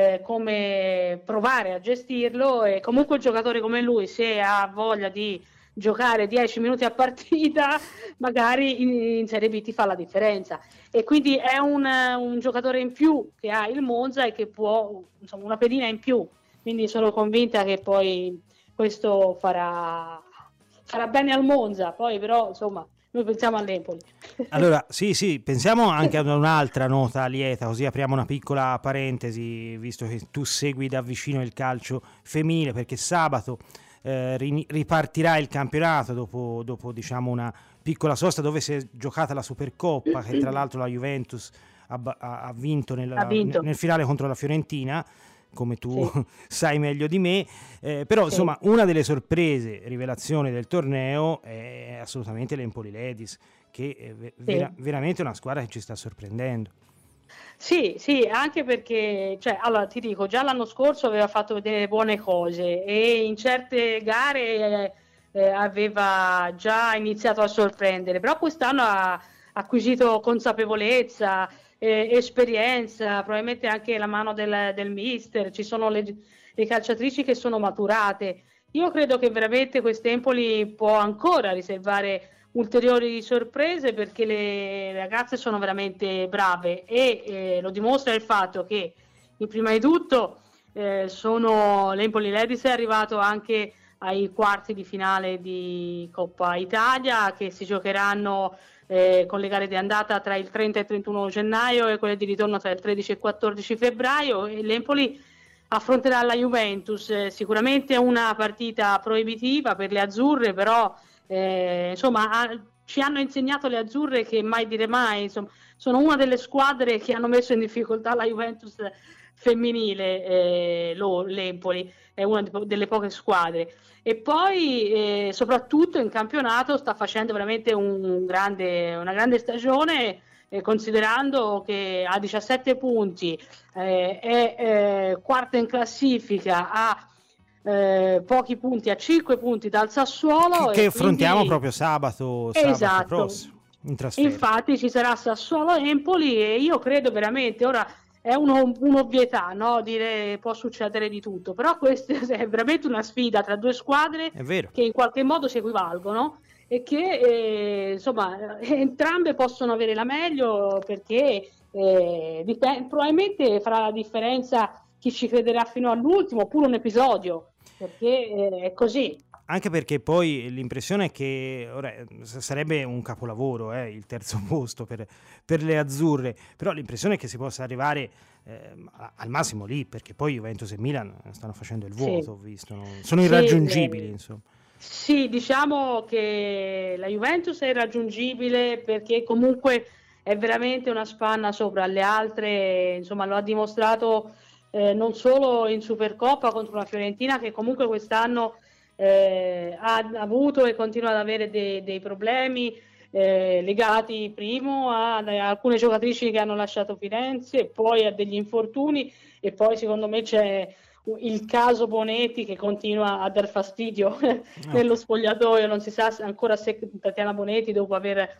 come provare a gestirlo, e comunque un giocatore come lui, se ha voglia di giocare 10 minuti a partita, magari in Serie B ti fa la differenza. E quindi è un giocatore in più che ha il Monza e che può, insomma, una pedina in più. Quindi sono convinta che poi questo farà bene al Monza. Poi però, insomma, noi pensiamo all'Empoli. Allora, sì, pensiamo anche ad un'altra nota lieta, così apriamo una piccola parentesi, visto che tu segui da vicino il calcio femminile, perché sabato ripartirà il campionato dopo diciamo una piccola sosta dove si è giocata la Supercoppa, che tra l'altro la Juventus ha vinto nel finale contro la Fiorentina, come tu sai meglio di me, però insomma una delle sorprese, rivelazioni del torneo è assolutamente l'Empoli Ladies, che è veramente una squadra che ci sta sorprendendo. Sì, anche perché, allora ti dico, già l'anno scorso aveva fatto vedere buone cose e in certe gare aveva già iniziato a sorprendere, però quest'anno ha acquisito consapevolezza, esperienza, probabilmente anche la mano del mister, ci sono le calciatrici che sono maturate. Io credo che veramente quest'Empoli può ancora riservare ulteriori sorprese, perché le ragazze sono veramente brave e lo dimostra il fatto che prima di tutto l'Empoli Ladies è arrivato anche ai quarti di finale di Coppa Italia, che si giocheranno con le gare di andata tra il 30 e il 31 gennaio e quelle di ritorno tra il 13 e il 14 febbraio, e l'Empoli affronterà la Juventus. Sicuramente una partita proibitiva per le azzurre, però insomma ci hanno insegnato le azzurre che mai dire mai, insomma, sono una delle squadre che hanno messo in difficoltà la Juventus femminile, l'Empoli è una delle poche squadre. E poi soprattutto in campionato sta facendo veramente una grande stagione, considerando che ha 17 punti, è quarta in classifica, ha pochi punti, a 5 punti dal Sassuolo, che affrontiamo proprio sabato prossimo in trasferta. Infatti ci sarà Sassuolo-Empoli e io credo veramente, ora è un'ovvietà, no? Dire può succedere di tutto, però questa è veramente una sfida tra due squadre che in qualche modo si equivalgono e che insomma entrambe possono avere la meglio, perché probabilmente farà la differenza chi ci crederà fino all'ultimo, oppure un episodio, perché è così. Anche perché poi l'impressione è che ora sarebbe un capolavoro il terzo posto per le azzurre, però l'impressione è che si possa arrivare al massimo lì, perché poi Juventus e Milan stanno facendo il vuoto, ho visto, sono irraggiungibili, insomma. Sì, diciamo che la Juventus è irraggiungibile perché comunque è veramente una spanna sopra le altre, insomma lo ha dimostrato non solo in Supercoppa contro la Fiorentina, che comunque quest'anno ha avuto e continua ad avere dei problemi legati primo a alcune giocatrici che hanno lasciato Firenze, e poi a degli infortuni, e poi secondo me c'è il caso Bonetti che continua a dar fastidio nello spogliatoio. Non si sa ancora se Tatiana Bonetti, dopo aver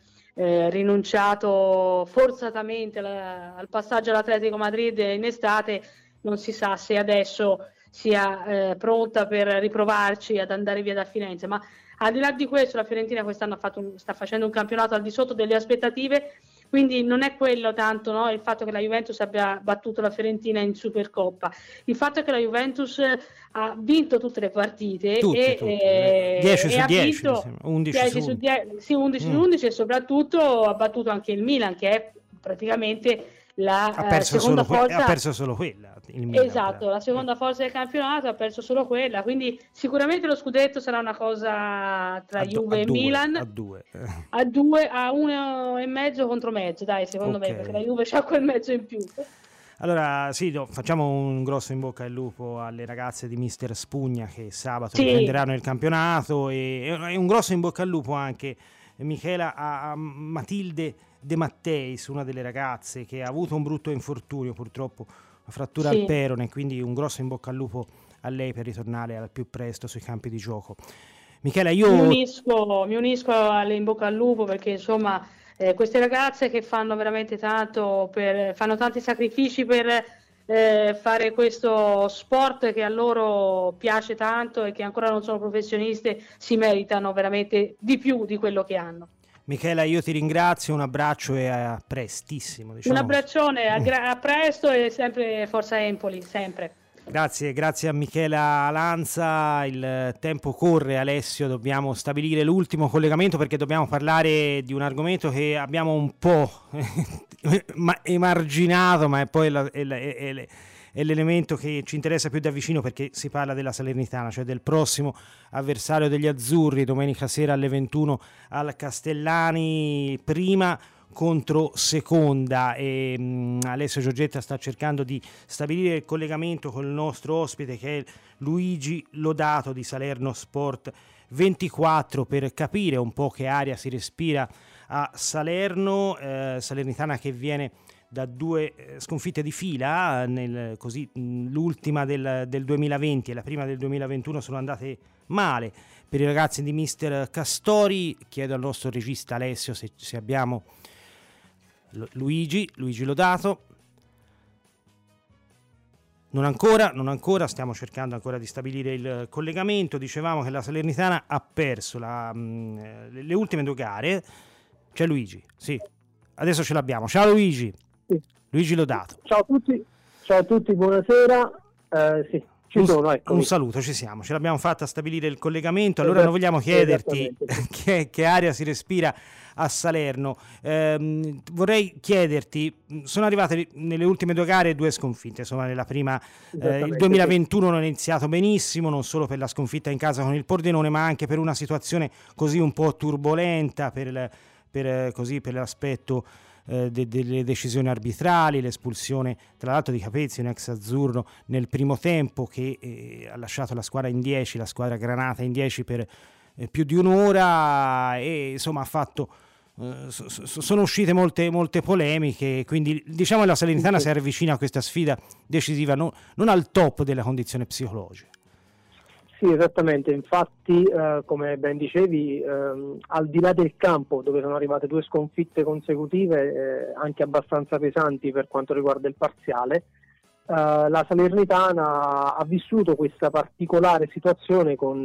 rinunciato forzatamente al passaggio all'Atletico Madrid in estate, non si sa se adesso sia pronta per riprovarci ad andare via da Firenze. Ma al di là di questo, la Fiorentina quest'anno sta facendo un campionato al di sotto delle aspettative, quindi non è quello tanto, no, il fatto che la Juventus abbia battuto la Fiorentina in Supercoppa, il fatto è che la Juventus ha vinto tutte le partite, tutte. 10 su 10, 11 su 10, 11 su 11, e soprattutto ha battuto anche il Milan, che è praticamente la seconda forza. Ha perso solo quella, il Milan, esatto, la seconda forza del campionato, ha perso solo quella, quindi sicuramente lo scudetto sarà una cosa tra Juve e Milan a 2 a 1,5 contro mezzo, dai, secondo me, perché la Juve c'ha quel mezzo in più. Allora facciamo un grosso in bocca al lupo alle ragazze di Mister Spugna, che sabato riprenderanno il campionato, e un grosso in bocca al lupo anche, Michela, a Matilde De Matteis, una delle ragazze che ha avuto un brutto infortunio, purtroppo una frattura al perone, quindi un grosso in bocca al lupo a lei per ritornare al più presto sui campi di gioco. Michela, io mi unisco alle in bocca al lupo, perché insomma queste ragazze che fanno veramente tanto, fanno tanti sacrifici per fare questo sport che a loro piace tanto e che ancora non sono professioniste, si meritano veramente di più di quello che hanno. Michela, io ti ringrazio, un abbraccio e a prestissimo. Diciamo. Un abbraccione, a presto e sempre Forza Empoli, sempre. Grazie a Michela Lanza, il tempo corre Alessio, dobbiamo stabilire l'ultimo collegamento perché dobbiamo parlare di un argomento che abbiamo un po' emarginato, ma è poi è l'elemento che ci interessa più da vicino perché si parla della Salernitana, cioè del prossimo avversario degli azzurri, domenica sera alle 21 al Castellani, prima contro seconda, e Alessio Giorgetta sta cercando di stabilire il collegamento con il nostro ospite che è Luigi Lodato di Salerno Sport 24 per capire un po' che aria si respira a Salerno, Salernitana che viene da 2 sconfitte di fila, l'ultima del 2020 e la prima del 2021 sono andate male per i ragazzi di mister Castori. Chiedo al nostro regista Alessio se abbiamo Luigi Lodato. Non ancora, stiamo cercando ancora di stabilire il collegamento. Dicevamo che la Salernitana ha perso le ultime 2 gare. C'è Luigi, sì, adesso ce l'abbiamo. Ciao Luigi. Sì. Luigi Lodato. Ciao a tutti, buonasera. Sì, sono, ecco. Un saluto, ci siamo, ce l'abbiamo fatta a stabilire il collegamento. Allora noi vogliamo chiederti che aria si respira a Salerno. Vorrei chiederti, sono arrivate nelle ultime 2 gare 2 sconfitte, insomma nella prima il 2021 non è iniziato benissimo, non solo per la sconfitta in casa con il Pordenone, ma anche per una situazione così un po' turbolenta per l'aspetto delle decisioni arbitrali, l'espulsione tra l'altro di Capezzi, un ex azzurro, nel primo tempo che ha lasciato la squadra in 10, la squadra granata in 10 per più di un'ora, e insomma ha fatto sono uscite molte polemiche, quindi diciamo che la Salernitana si avvicina a questa sfida decisiva non al top della condizione psicologica. Sì, esattamente, infatti come ben dicevi, al di là del campo dove sono arrivate 2 sconfitte consecutive, anche abbastanza pesanti per quanto riguarda il parziale, la Salernitana ha vissuto questa particolare situazione con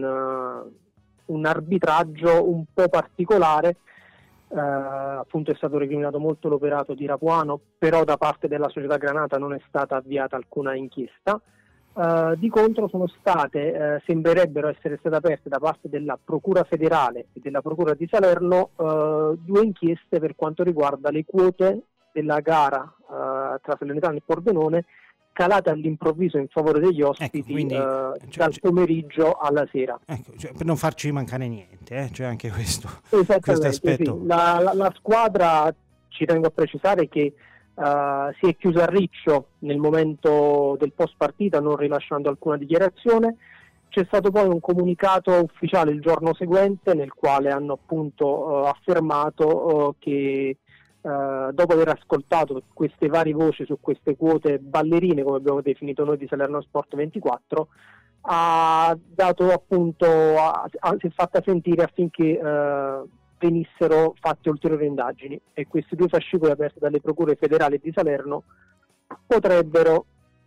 un arbitraggio un po' particolare. Appunto è stato recriminato molto l'operato di Rapuano, però da parte della società granata non è stata avviata alcuna inchiesta. Di contro sono state, sembrerebbero essere state aperte da parte della Procura federale e della Procura di Salerno 2 inchieste per quanto riguarda le quote della gara tra Salernitana e Pordenone, calate all'improvviso in favore degli ospiti, ecco, quindi, dal pomeriggio alla sera. Ecco, cioè, per non farci mancare niente, c'è anche questo Sì. aspetto. La squadra, ci tengo a precisare che si è chiusa a riccio nel momento del post partita, non rilasciando alcuna dichiarazione. C'è stato poi un comunicato ufficiale il giorno seguente nel quale hanno appunto affermato che dopo aver ascoltato queste varie voci su queste quote ballerine, come abbiamo definito noi di Salerno Sport 24, ha dato appunto si è fatta sentire affinché venissero fatte ulteriori indagini, e questi 2 fascicoli aperti dalle procure federali di Salerno potrebbero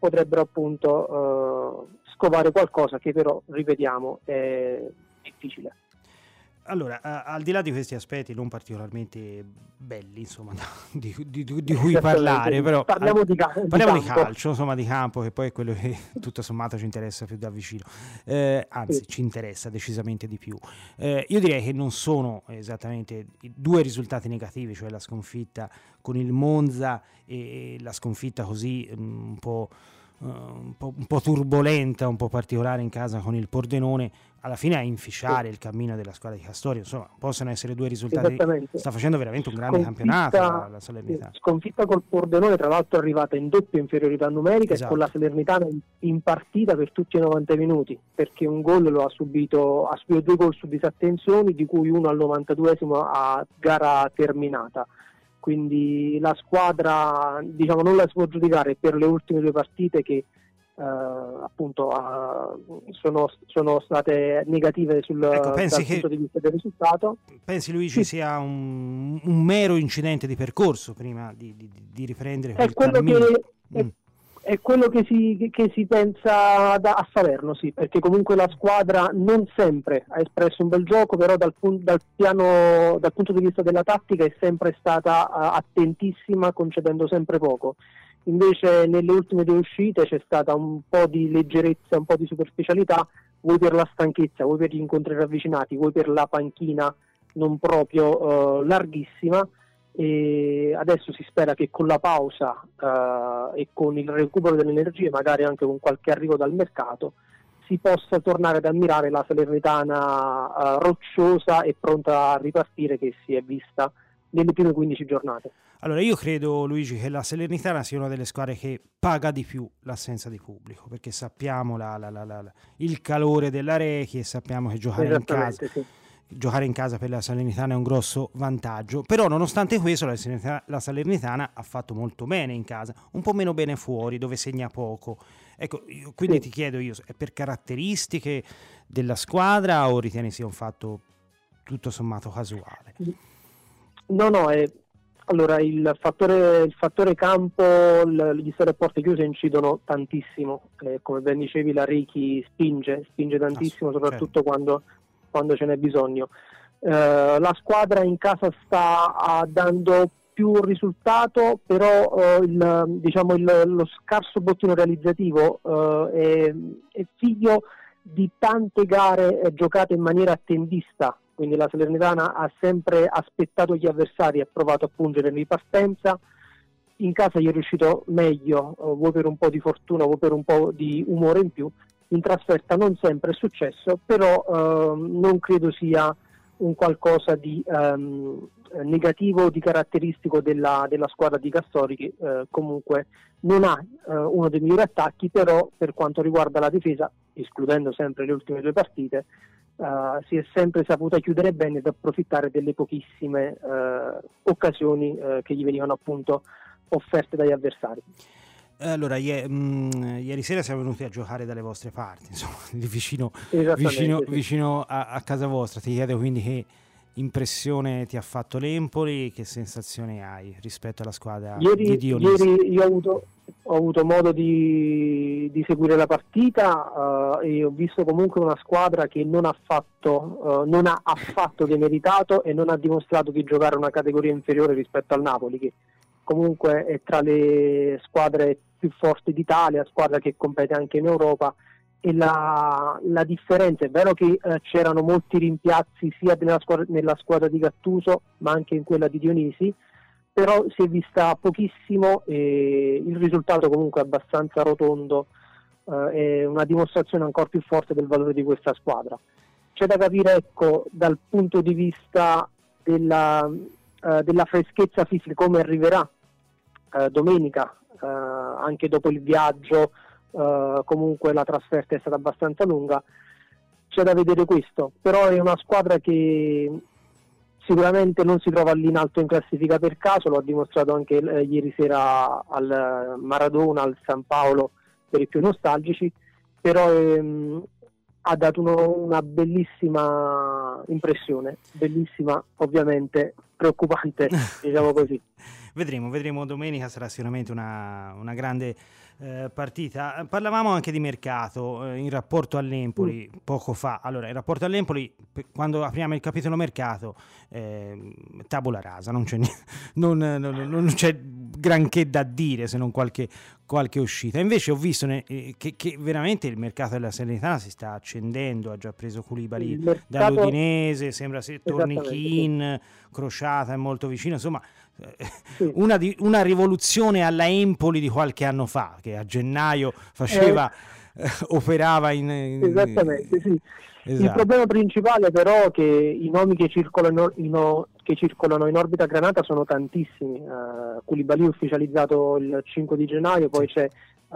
appunto scovare qualcosa che però, ripetiamo, è difficile. Allora, al di là di questi aspetti non particolarmente belli, insomma, di cui parlare, però parliamo di calcio, insomma, di campo, che poi è quello che tutto sommato ci interessa più da vicino, anzi ci interessa decisamente di più. Io direi che non sono esattamente 2 risultati negativi, cioè la sconfitta con il Monza e la sconfitta così un po' turbolenta, un po' particolare in casa con il Pordenone, alla fine a inficiare il cammino della squadra di Castori. Insomma, possono essere 2 risultati. Sta facendo veramente un grande campionato la Salernitana. Sconfitta col Pordenone, tra l'altro arrivata in doppia inferiorità numerica, esatto, e con la Salernitana in partita per tutti i 90 minuti, perché un gol ha subito 2 gol su disattenzioni, di cui uno al 92esimo a gara terminata. Quindi la squadra, diciamo, non la si può giudicare per le ultime 2 partite che appunto sono state negative dal punto di vista del risultato. Pensi, Luigi, sia un mero incidente di percorso prima di riprendere quel cammino? È quello che si pensa a Salerno, sì, perché comunque la squadra non sempre ha espresso un bel gioco, però dal punto di vista della tattica è sempre stata attentissima, concedendo sempre poco. Invece nelle ultime 2 uscite c'è stata un po' di leggerezza, un po' di superficialità, vuoi per la stanchezza, vuoi per gli incontri ravvicinati, vuoi per la panchina non proprio larghissima. E adesso si spera che con la pausa e con il recupero delle energie, magari anche con qualche arrivo dal mercato, si possa tornare ad ammirare la Salernitana rocciosa e pronta a ripartire che si è vista nelle prime 15 giornate. Allora, io credo, Luigi, che la Salernitana sia una delle squadre che paga di più l'assenza di pubblico, perché sappiamo il calore della Rechi e sappiamo che giocare in casa... Sì. Giocare in casa per la Salernitana è un grosso vantaggio, però nonostante questo la Salernitana ha fatto molto bene in casa, un po' meno bene fuori dove segna poco. Ecco, quindi ti chiedo io, è per caratteristiche della squadra o ritieni sia un fatto tutto sommato casuale? No, allora il fattore campo, gli stare a porte chiuse incidono tantissimo, come ben dicevi la Richi spinge tantissimo, soprattutto quando ce n'è bisogno. La squadra in casa sta dando più risultato, però lo scarso bottino realizzativo è figlio di tante gare giocate in maniera attendista, quindi la Salernitana ha sempre aspettato gli avversari e ha provato a pungere in ripartenza. In casa gli è riuscito meglio, vuoi per un po' di fortuna, vuoi per un po' di umore in più. In trasferta non sempre è successo, però non credo sia un qualcosa di negativo, di caratteristico della squadra di Castori, che comunque non ha uno dei migliori attacchi, però per quanto riguarda la difesa, escludendo sempre le ultime 2 partite, si è sempre saputa chiudere bene ed approfittare delle pochissime occasioni che gli venivano appunto offerte dagli avversari. Allora, ieri sera siamo venuti a giocare dalle vostre parti, insomma, vicino a casa vostra. Ti chiedo quindi che impressione ti ha fatto l'Empoli, che sensazione hai rispetto alla squadra di Dionisi? Ieri io ho avuto modo di seguire la partita e ho visto comunque una squadra che non ha affatto demeritato e non ha dimostrato di giocare una categoria inferiore rispetto al Napoli, che comunque è tra le squadre più forti d'Italia, squadra che compete anche in Europa, e la differenza è vero che c'erano molti rimpiazzi sia nella squadra di Gattuso ma anche in quella di Dionisi, però si è vista pochissimo e il risultato comunque è abbastanza rotondo, è una dimostrazione ancora più forte del valore di questa squadra. C'è da capire, ecco, dal punto di vista della freschezza fisica come arriverà domenica, anche dopo il viaggio, comunque la trasferta è stata abbastanza lunga, c'è da vedere questo, però è una squadra che sicuramente non si trova lì in alto in classifica per caso, lo ha dimostrato anche ieri sera al Maradona, al San Paolo per i più nostalgici, però ha dato una bellissima impressione, bellissima, ovviamente preoccupante, diciamo così. Vedremo domenica, sarà sicuramente una grande partita. Parlavamo anche di mercato in rapporto all'Empoli poco fa. Allora, in rapporto all'Empoli, quando apriamo il capitolo mercato, tabula rasa, non c'è granché da dire se non qualche uscita. Invece ho visto che veramente il mercato della Salernitana si sta accendendo, ha già preso Koulibaly dall'Udinese, sembra se torni Keane, Crociata è molto vicino, insomma sì. Una rivoluzione alla Empoli di qualche anno fa, che a gennaio operava esattamente, sì. Esatto. Il problema principale però è che i nomi che circolano in orbita granata sono tantissimi. Koulibaly è ufficializzato il 5 di gennaio, poi c'è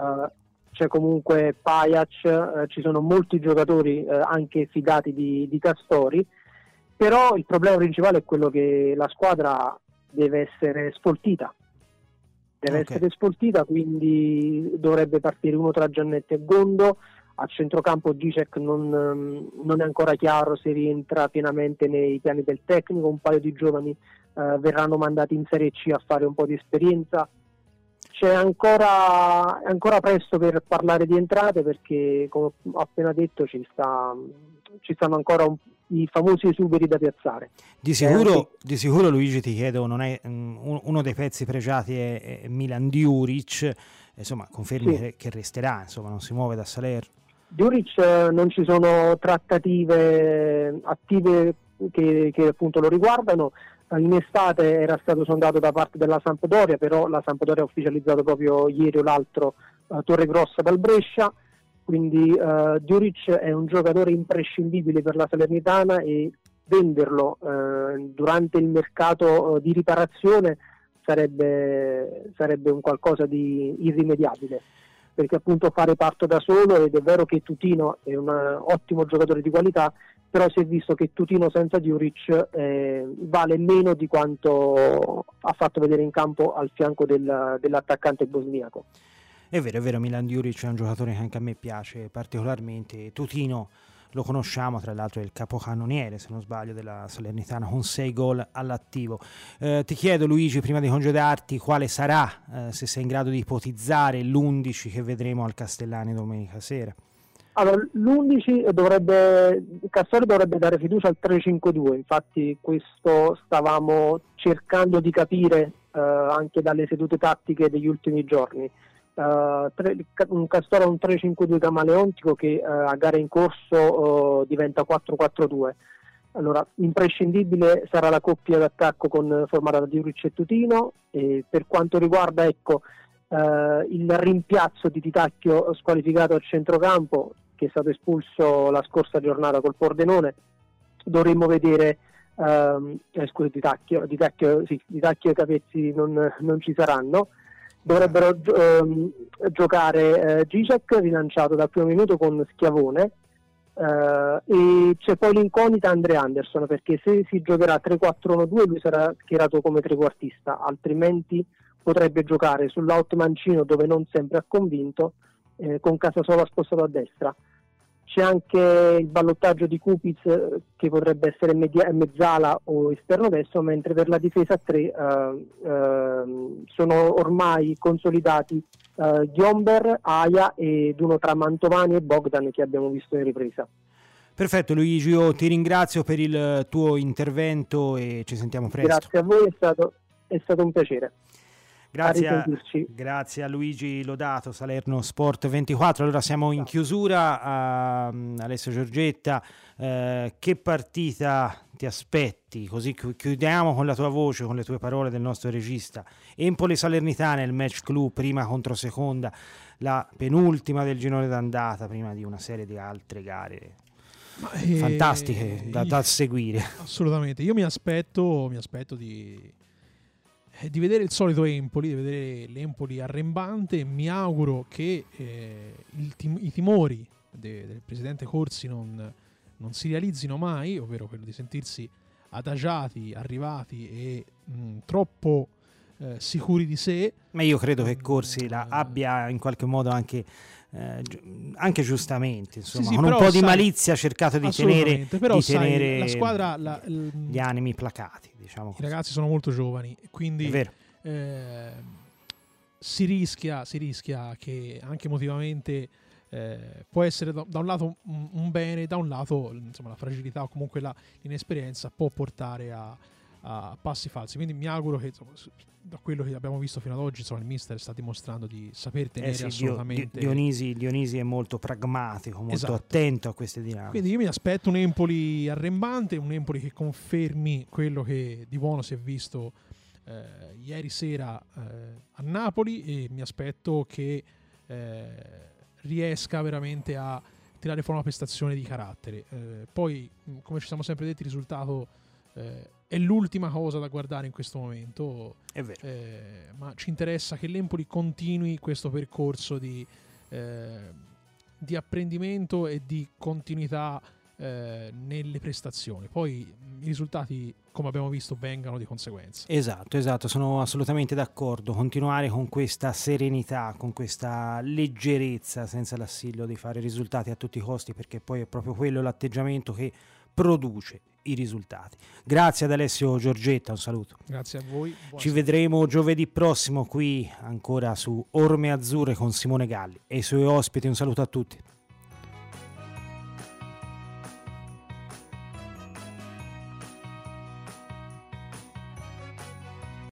comunque Pajac, ci sono molti giocatori anche fidati di Castori, però il problema principale è quello che la squadra deve essere sfoltita, quindi dovrebbe partire uno tra Giannetti e Gondo. A centrocampo Gicek non è ancora chiaro se rientra pienamente nei piani del tecnico, un paio di giovani verranno mandati in Serie C a fare un po' di esperienza. è ancora presto per parlare di entrate, perché come ho appena detto ci stanno ancora i famosi esuberi da piazzare. Di sicuro Luigi, ti chiedo, non è uno dei pezzi pregiati è Milan Djuric, insomma confermi Sì. che resterà, insomma non si muove da Salerno. Djuric non ci sono trattative attive che appunto lo riguardano. In estate era stato sondato da parte della Sampdoria, però la Sampdoria ha ufficializzato proprio ieri o l'altro Torregrossa dal Brescia, quindi Djuric è un giocatore imprescindibile per la Salernitana e venderlo durante il mercato di riparazione sarebbe un qualcosa di irrimediabile, perché appunto fa reparto da solo, ed è vero che Tutino è un ottimo giocatore di qualità, però si è visto che Tutino senza Djuric vale meno di quanto ha fatto vedere in campo al fianco dell'attaccante bosniaco. È vero, Milan Djuric è un giocatore che anche a me piace particolarmente. Tutino lo conosciamo, tra l'altro è il capocannoniere, se non sbaglio, della Salernitana, con 6 gol all'attivo. Ti chiedo, Luigi, prima di congedarti, quale sarà, se sei in grado di ipotizzare, l'11 che vedremo al Castellani domenica sera? Allora, l'11 Cassori dovrebbe dare fiducia al 3-5-2, infatti questo stavamo cercando di capire anche dalle sedute tattiche degli ultimi giorni. Un Castoro è un 3-5-2 camaleontico che a gara in corso diventa 4-4-2. Allora, imprescindibile sarà la coppia d'attacco formata da Djuric e Tutino, e per quanto riguarda il rimpiazzo di Titacchio squalificato al centrocampo, che è stato espulso la scorsa giornata col Pordenone, dovremmo vedere Titacchio e Capezzi non ci saranno. Dovrebbero giocare Zizek, rilanciato dal primo minuto, con Schiavone, e c'è poi l'incognita Andre Anderson, perché se si giocherà 3-4-1-2 lui sarà schierato come trequartista, altrimenti potrebbe giocare sull'out mancino, dove non sempre ha convinto, con Casasola spostato a destra. C'è anche il ballottaggio di Kupic, che potrebbe essere mezzala o esterno destro, mentre per la difesa a 3 sono ormai consolidati Ghiomber, Aia ed uno tra Mantovani e Bogdan, che abbiamo visto in ripresa. Perfetto Luigi, io ti ringrazio per il tuo intervento e ci sentiamo presto. Grazie a voi, è stato un piacere. Grazie a Luigi Lodato, Salerno Sport 24. Allora siamo in chiusura. Alessio Giorgetta, che partita ti aspetti? Così chiudiamo con la tua voce, con le tue parole del nostro regista. Empoli Salernitana, il match clou, prima contro seconda, la penultima del girone d'andata, prima di una serie di altre gare fantastiche da seguire. Assolutamente. Io mi aspetto di vedere il solito Empoli, di vedere l'Empoli arrembante. Mi auguro che i timori del presidente Corsi non si realizzino mai, ovvero quello di sentirsi adagiati, arrivati e troppo sicuri di sé. Ma io credo che Corsi la abbia in qualche modo anche giustamente, insomma, sì, con un po' di malizia cercato di tenere la squadra, gli animi placati, diciamo così. I ragazzi sono molto giovani, quindi è vero. Si rischia che anche emotivamente può essere da un lato un bene, da un lato insomma la fragilità o comunque l'inesperienza può portare a passi falsi, quindi mi auguro che insomma, da quello che abbiamo visto fino ad oggi, insomma, il mister sta dimostrando di saper tenere assolutamente. Dionisi è molto pragmatico, molto attento a queste dinamiche. Quindi io mi aspetto un Empoli arrembante, un Empoli che confermi quello che di buono si è visto ieri sera a Napoli, e mi aspetto che riesca veramente a tirare fuori una prestazione di carattere. Poi, come ci siamo sempre detti, il risultato è l'ultima cosa da guardare in questo momento. È vero. Ma ci interessa che l'Empoli continui questo percorso di apprendimento e di continuità nelle prestazioni. Poi i risultati, come abbiamo visto, vengano di conseguenza. Esatto, sono assolutamente d'accordo. Continuare con questa serenità, con questa leggerezza, senza l'assillo di fare risultati a tutti i costi, perché poi è proprio quello l'atteggiamento che produce i risultati. Grazie ad Alessio Giorgetta, un saluto. Grazie a voi. Ci vedremo giovedì prossimo qui ancora su Orme Azzurre con Simone Galli e i suoi ospiti. Un saluto a tutti.